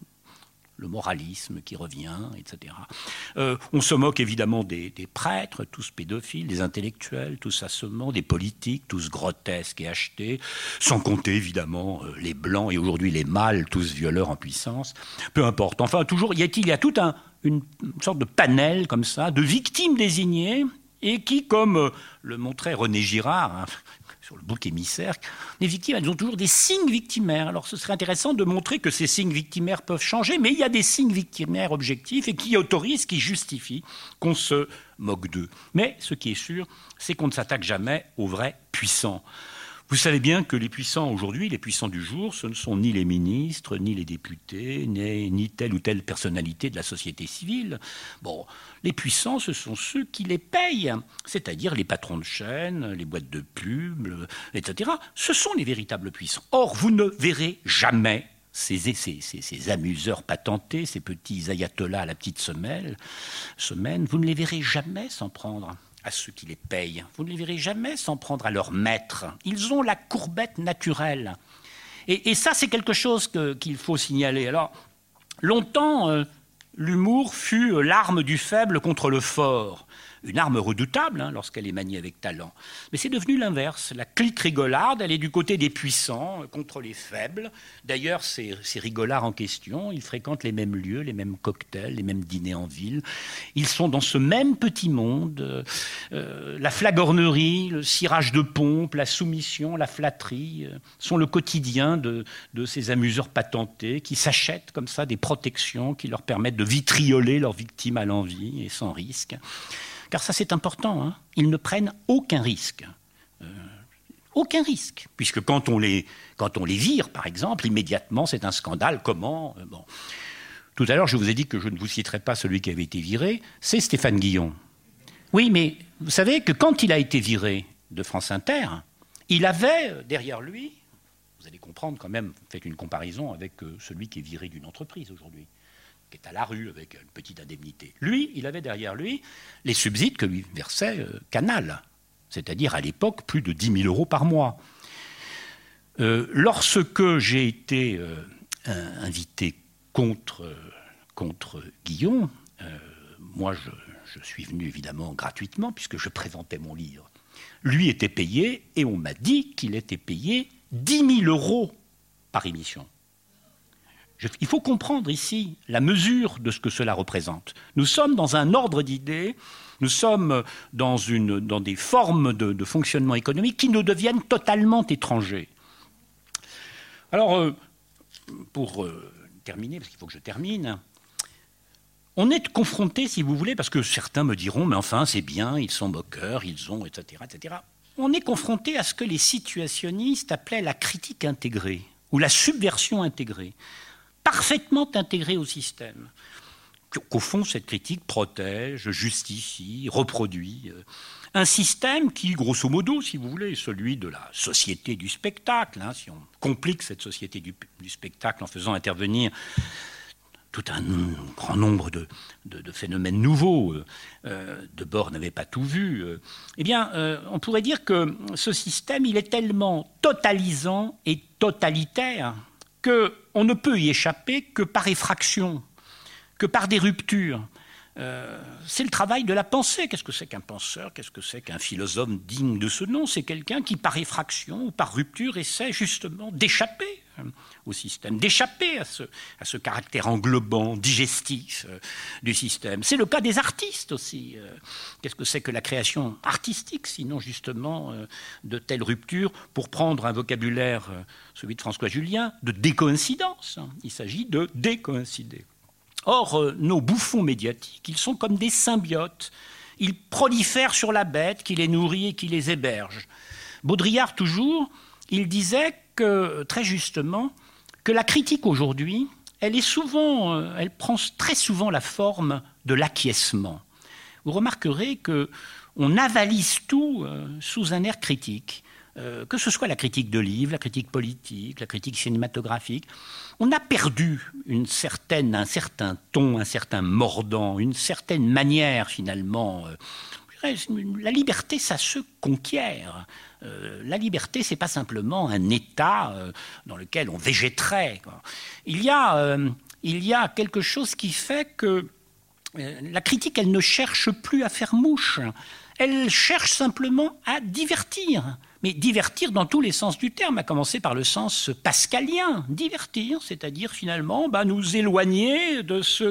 Speaker 1: le moralisme qui revient, etc. On se moque évidemment des prêtres, tous pédophiles, des intellectuels, tous assommants, des politiques, tous grotesques et achetés, sans compter évidemment les blancs et aujourd'hui les mâles, tous violeurs en puissance. Peu importe. Enfin, toujours, il y a toute une sorte de panel comme ça, de victimes désignées, et qui, comme le montrait René Girard, sur le bouc émissaire, les victimes, elles ont toujours des signes victimaires. Alors ce serait intéressant de montrer que ces signes victimaires peuvent changer, mais il y a des signes victimaires objectifs et qui autorisent, qui justifient qu'on se moque d'eux. Mais ce qui est sûr, c'est qu'on ne s'attaque jamais aux vrais puissants. Vous savez bien que les puissants aujourd'hui, les puissants du jour, ce ne sont ni les ministres, ni les députés, ni telle ou telle personnalité de la société civile. Bon, les puissants, ce sont ceux qui les payent, c'est-à-dire les patrons de chaînes, les boîtes de pub, etc. Ce sont les véritables puissants. Or, vous ne verrez jamais ces amuseurs patentés, ces petits ayatollahs à la petite semaine, vous ne les verrez jamais s'en prendre à ceux qui les payent. Vous ne les verrez jamais s'en prendre à leur maître. Ils ont la courbette naturelle. Et ça, c'est quelque chose qu'il faut signaler. Alors, longtemps, l'humour fut l'arme du faible contre le fort. Une arme redoutable lorsqu'elle est maniée avec talent. Mais c'est devenu l'inverse. La clique rigolarde, elle est du côté des puissants contre les faibles. D'ailleurs, ces rigolards en question, ils fréquentent les mêmes lieux, les mêmes cocktails, les mêmes dîners en ville. Ils sont dans ce même petit monde. La flagornerie, le cirage de pompe, la soumission, la flatterie sont le quotidien de ces amuseurs patentés qui s'achètent comme ça des protections qui leur permettent de vitrioler leurs victimes à l'envi et sans risque. Car ça, c'est important, ils ne prennent aucun risque. Aucun risque. Puisque quand on les vire, par exemple, immédiatement, c'est un scandale. Comment bon. Tout à l'heure, je vous ai dit que je ne vous citerai pas celui qui avait été viré. C'est Stéphane Guillon. Oui, mais vous savez que quand il a été viré de France Inter, il avait derrière lui, vous allez comprendre quand même, faites une comparaison avec celui qui est viré d'une entreprise aujourd'hui, qui est à la rue avec une petite indemnité. Lui, il avait derrière lui les subsides que lui versait Canal, c'est-à-dire à l'époque plus de 10 000 euros par mois. Lorsque j'ai été invité contre Guillon, moi je suis venu évidemment gratuitement puisque je présentais mon livre. Lui était payé et on m'a dit qu'il était payé 10 000 euros par émission. Il faut comprendre ici la mesure de ce que cela représente. Nous sommes dans un ordre d'idées, nous sommes dans des formes de fonctionnement économique qui nous deviennent totalement étrangers. Alors, pour terminer, parce qu'il faut que je termine, on est confronté, si vous voulez, parce que certains me diront, mais enfin, c'est bien, ils sont moqueurs, ils ont, etc., etc. On est confronté à ce que les situationnistes appelaient la critique intégrée, ou la subversion intégrée, parfaitement intégrée au système. Qu'au fond, cette critique protège, justifie, reproduit un système qui, grosso modo, si vous voulez, est celui de la société du spectacle, hein, si on complique cette société du spectacle en faisant intervenir tout un grand nombre de phénomènes nouveaux. Debord n'avait pas tout vu. Eh bien, on pourrait dire que ce système, il est tellement totalisant et totalitaire qu'on ne peut y échapper que par effraction, que par des ruptures. C'est le travail de la pensée. Qu'est-ce que c'est qu'un penseur? Qu'est-ce que c'est qu'un philosophe digne de ce nom? C'est quelqu'un qui, par effraction ou par rupture, essaie justement d'échapper au système, d'échapper à ce caractère englobant, digestif du système. C'est le cas des artistes aussi. Qu'est-ce que c'est que la création artistique, sinon justement de telles ruptures, pour prendre un vocabulaire, celui de François Julien, de décoïncidence. Il s'agit de décoïncider. Or, nos bouffons médiatiques, ils sont comme des symbiotes. Ils prolifèrent sur la bête qui les nourrit et qui les héberge. Baudrillard, toujours, il disait que, très justement, que la critique aujourd'hui, elle prend très souvent la forme de l'acquiescement. Vous remarquerez qu'on avalise tout sous un air critique. Que ce soit la critique de livres, la critique politique, la critique cinématographique, on a perdu un certain ton, un certain mordant, une certaine manière finalement. La liberté, ça se conquiert. La liberté, c'est pas simplement un état dans lequel on végéterait, quoi. Il y a quelque chose qui fait que la critique, elle ne cherche plus à faire mouche. Elle cherche simplement à divertir. Mais divertir dans tous les sens du terme, à commencer par le sens pascalien. Divertir, c'est-à-dire finalement nous éloigner de ce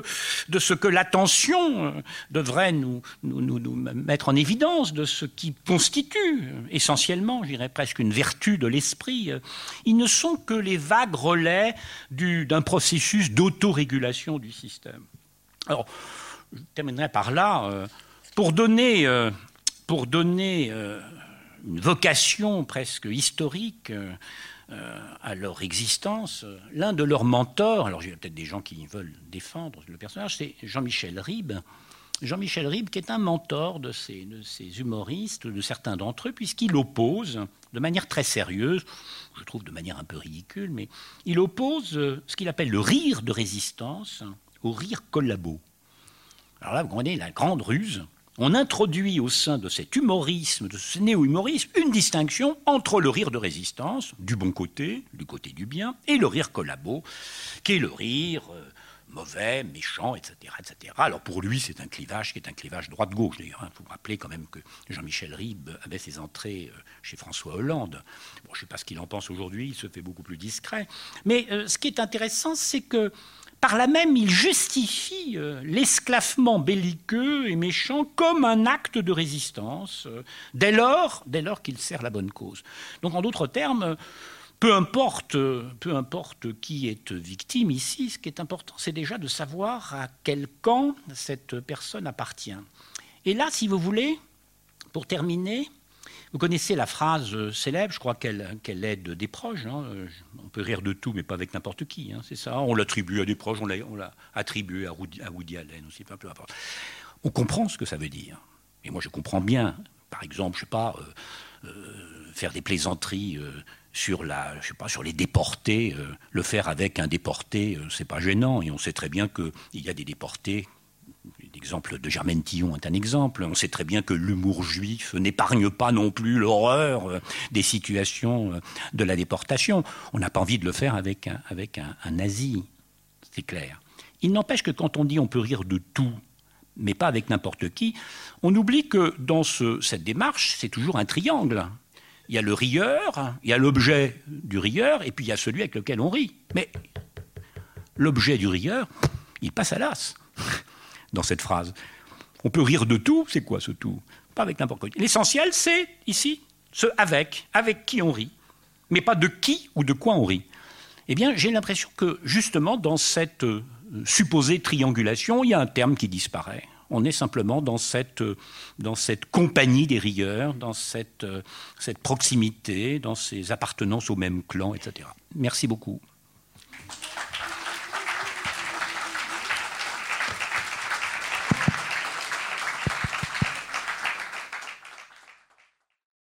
Speaker 1: que l'attention devrait nous mettre en évidence, de ce qui constitue essentiellement, je dirais presque une vertu de l'esprit. Ils ne sont que les vagues relais d'un processus d'autorégulation du système. Alors, je terminerai par là. Pour donner une vocation presque historique à leur existence, l'un de leurs mentors, alors il y a peut-être des gens qui veulent défendre le personnage, c'est Jean-Michel Ribes. Jean-Michel Ribes qui est un mentor de ces humoristes, de certains d'entre eux, puisqu'il oppose, de manière très sérieuse, je trouve de manière un peu ridicule, mais il oppose ce qu'il appelle le rire de résistance au rire collabo. Alors là, vous comprenez la grande ruse. On introduit au sein de cet humorisme, de ce néo-humorisme, une distinction entre le rire de résistance, du bon côté, du côté du bien, et le rire collabo, qui est le rire mauvais, méchant, etc., etc. Alors pour lui, c'est un clivage qui est un clivage droite-gauche, d'ailleurs. Il faut vous rappeler quand même que Jean-Michel Ribes avait ses entrées chez François Hollande. Bon, je ne sais pas ce qu'il en pense aujourd'hui, il se fait beaucoup plus discret. Mais ce qui est intéressant, c'est que par là même, il justifie l'esclavement belliqueux et méchant comme un acte de résistance, dès lors qu'il sert la bonne cause. Donc, en d'autres termes, peu importe qui est victime ici, ce qui est important, c'est déjà de savoir à quel camp cette personne appartient. Et là, si vous voulez, pour terminer, vous connaissez la phrase célèbre, je crois qu'elle est des proches. Hein. On peut rire de tout, mais pas avec n'importe qui. Hein, c'est ça. On l'attribue à des proches, on l'a attribué à Woody Allen aussi, peu importe. On comprend ce que ça veut dire. Et moi, je comprends bien, par exemple, je sais pas, faire des plaisanteries sur les déportés, le faire avec un déporté, c'est pas gênant. Et on sait très bien qu'il y a des déportés. L'exemple de Germaine Tillon est un exemple. On sait très bien que l'humour juif n'épargne pas non plus l'horreur des situations de la déportation. On n'a pas envie de le faire avec un nazi, c'est clair. Il n'empêche que quand on dit on peut rire de tout, mais pas avec n'importe qui, on oublie que dans cette démarche, c'est toujours un triangle. Il y a le rieur, il y a l'objet du rieur, et puis il y a celui avec lequel on rit. Mais l'objet du rieur, il passe à l'as dans cette phrase. On peut rire de tout, c'est quoi ce tout? Pas avec n'importe qui. L'essentiel, c'est, ici, ce avec qui on rit, mais pas de qui ou de quoi on rit. Eh bien, j'ai l'impression que, justement, dans cette supposée triangulation, il y a un terme qui disparaît. On est simplement dans cette compagnie des rieurs, dans cette proximité, dans ces appartenances au même clan, etc. Merci beaucoup.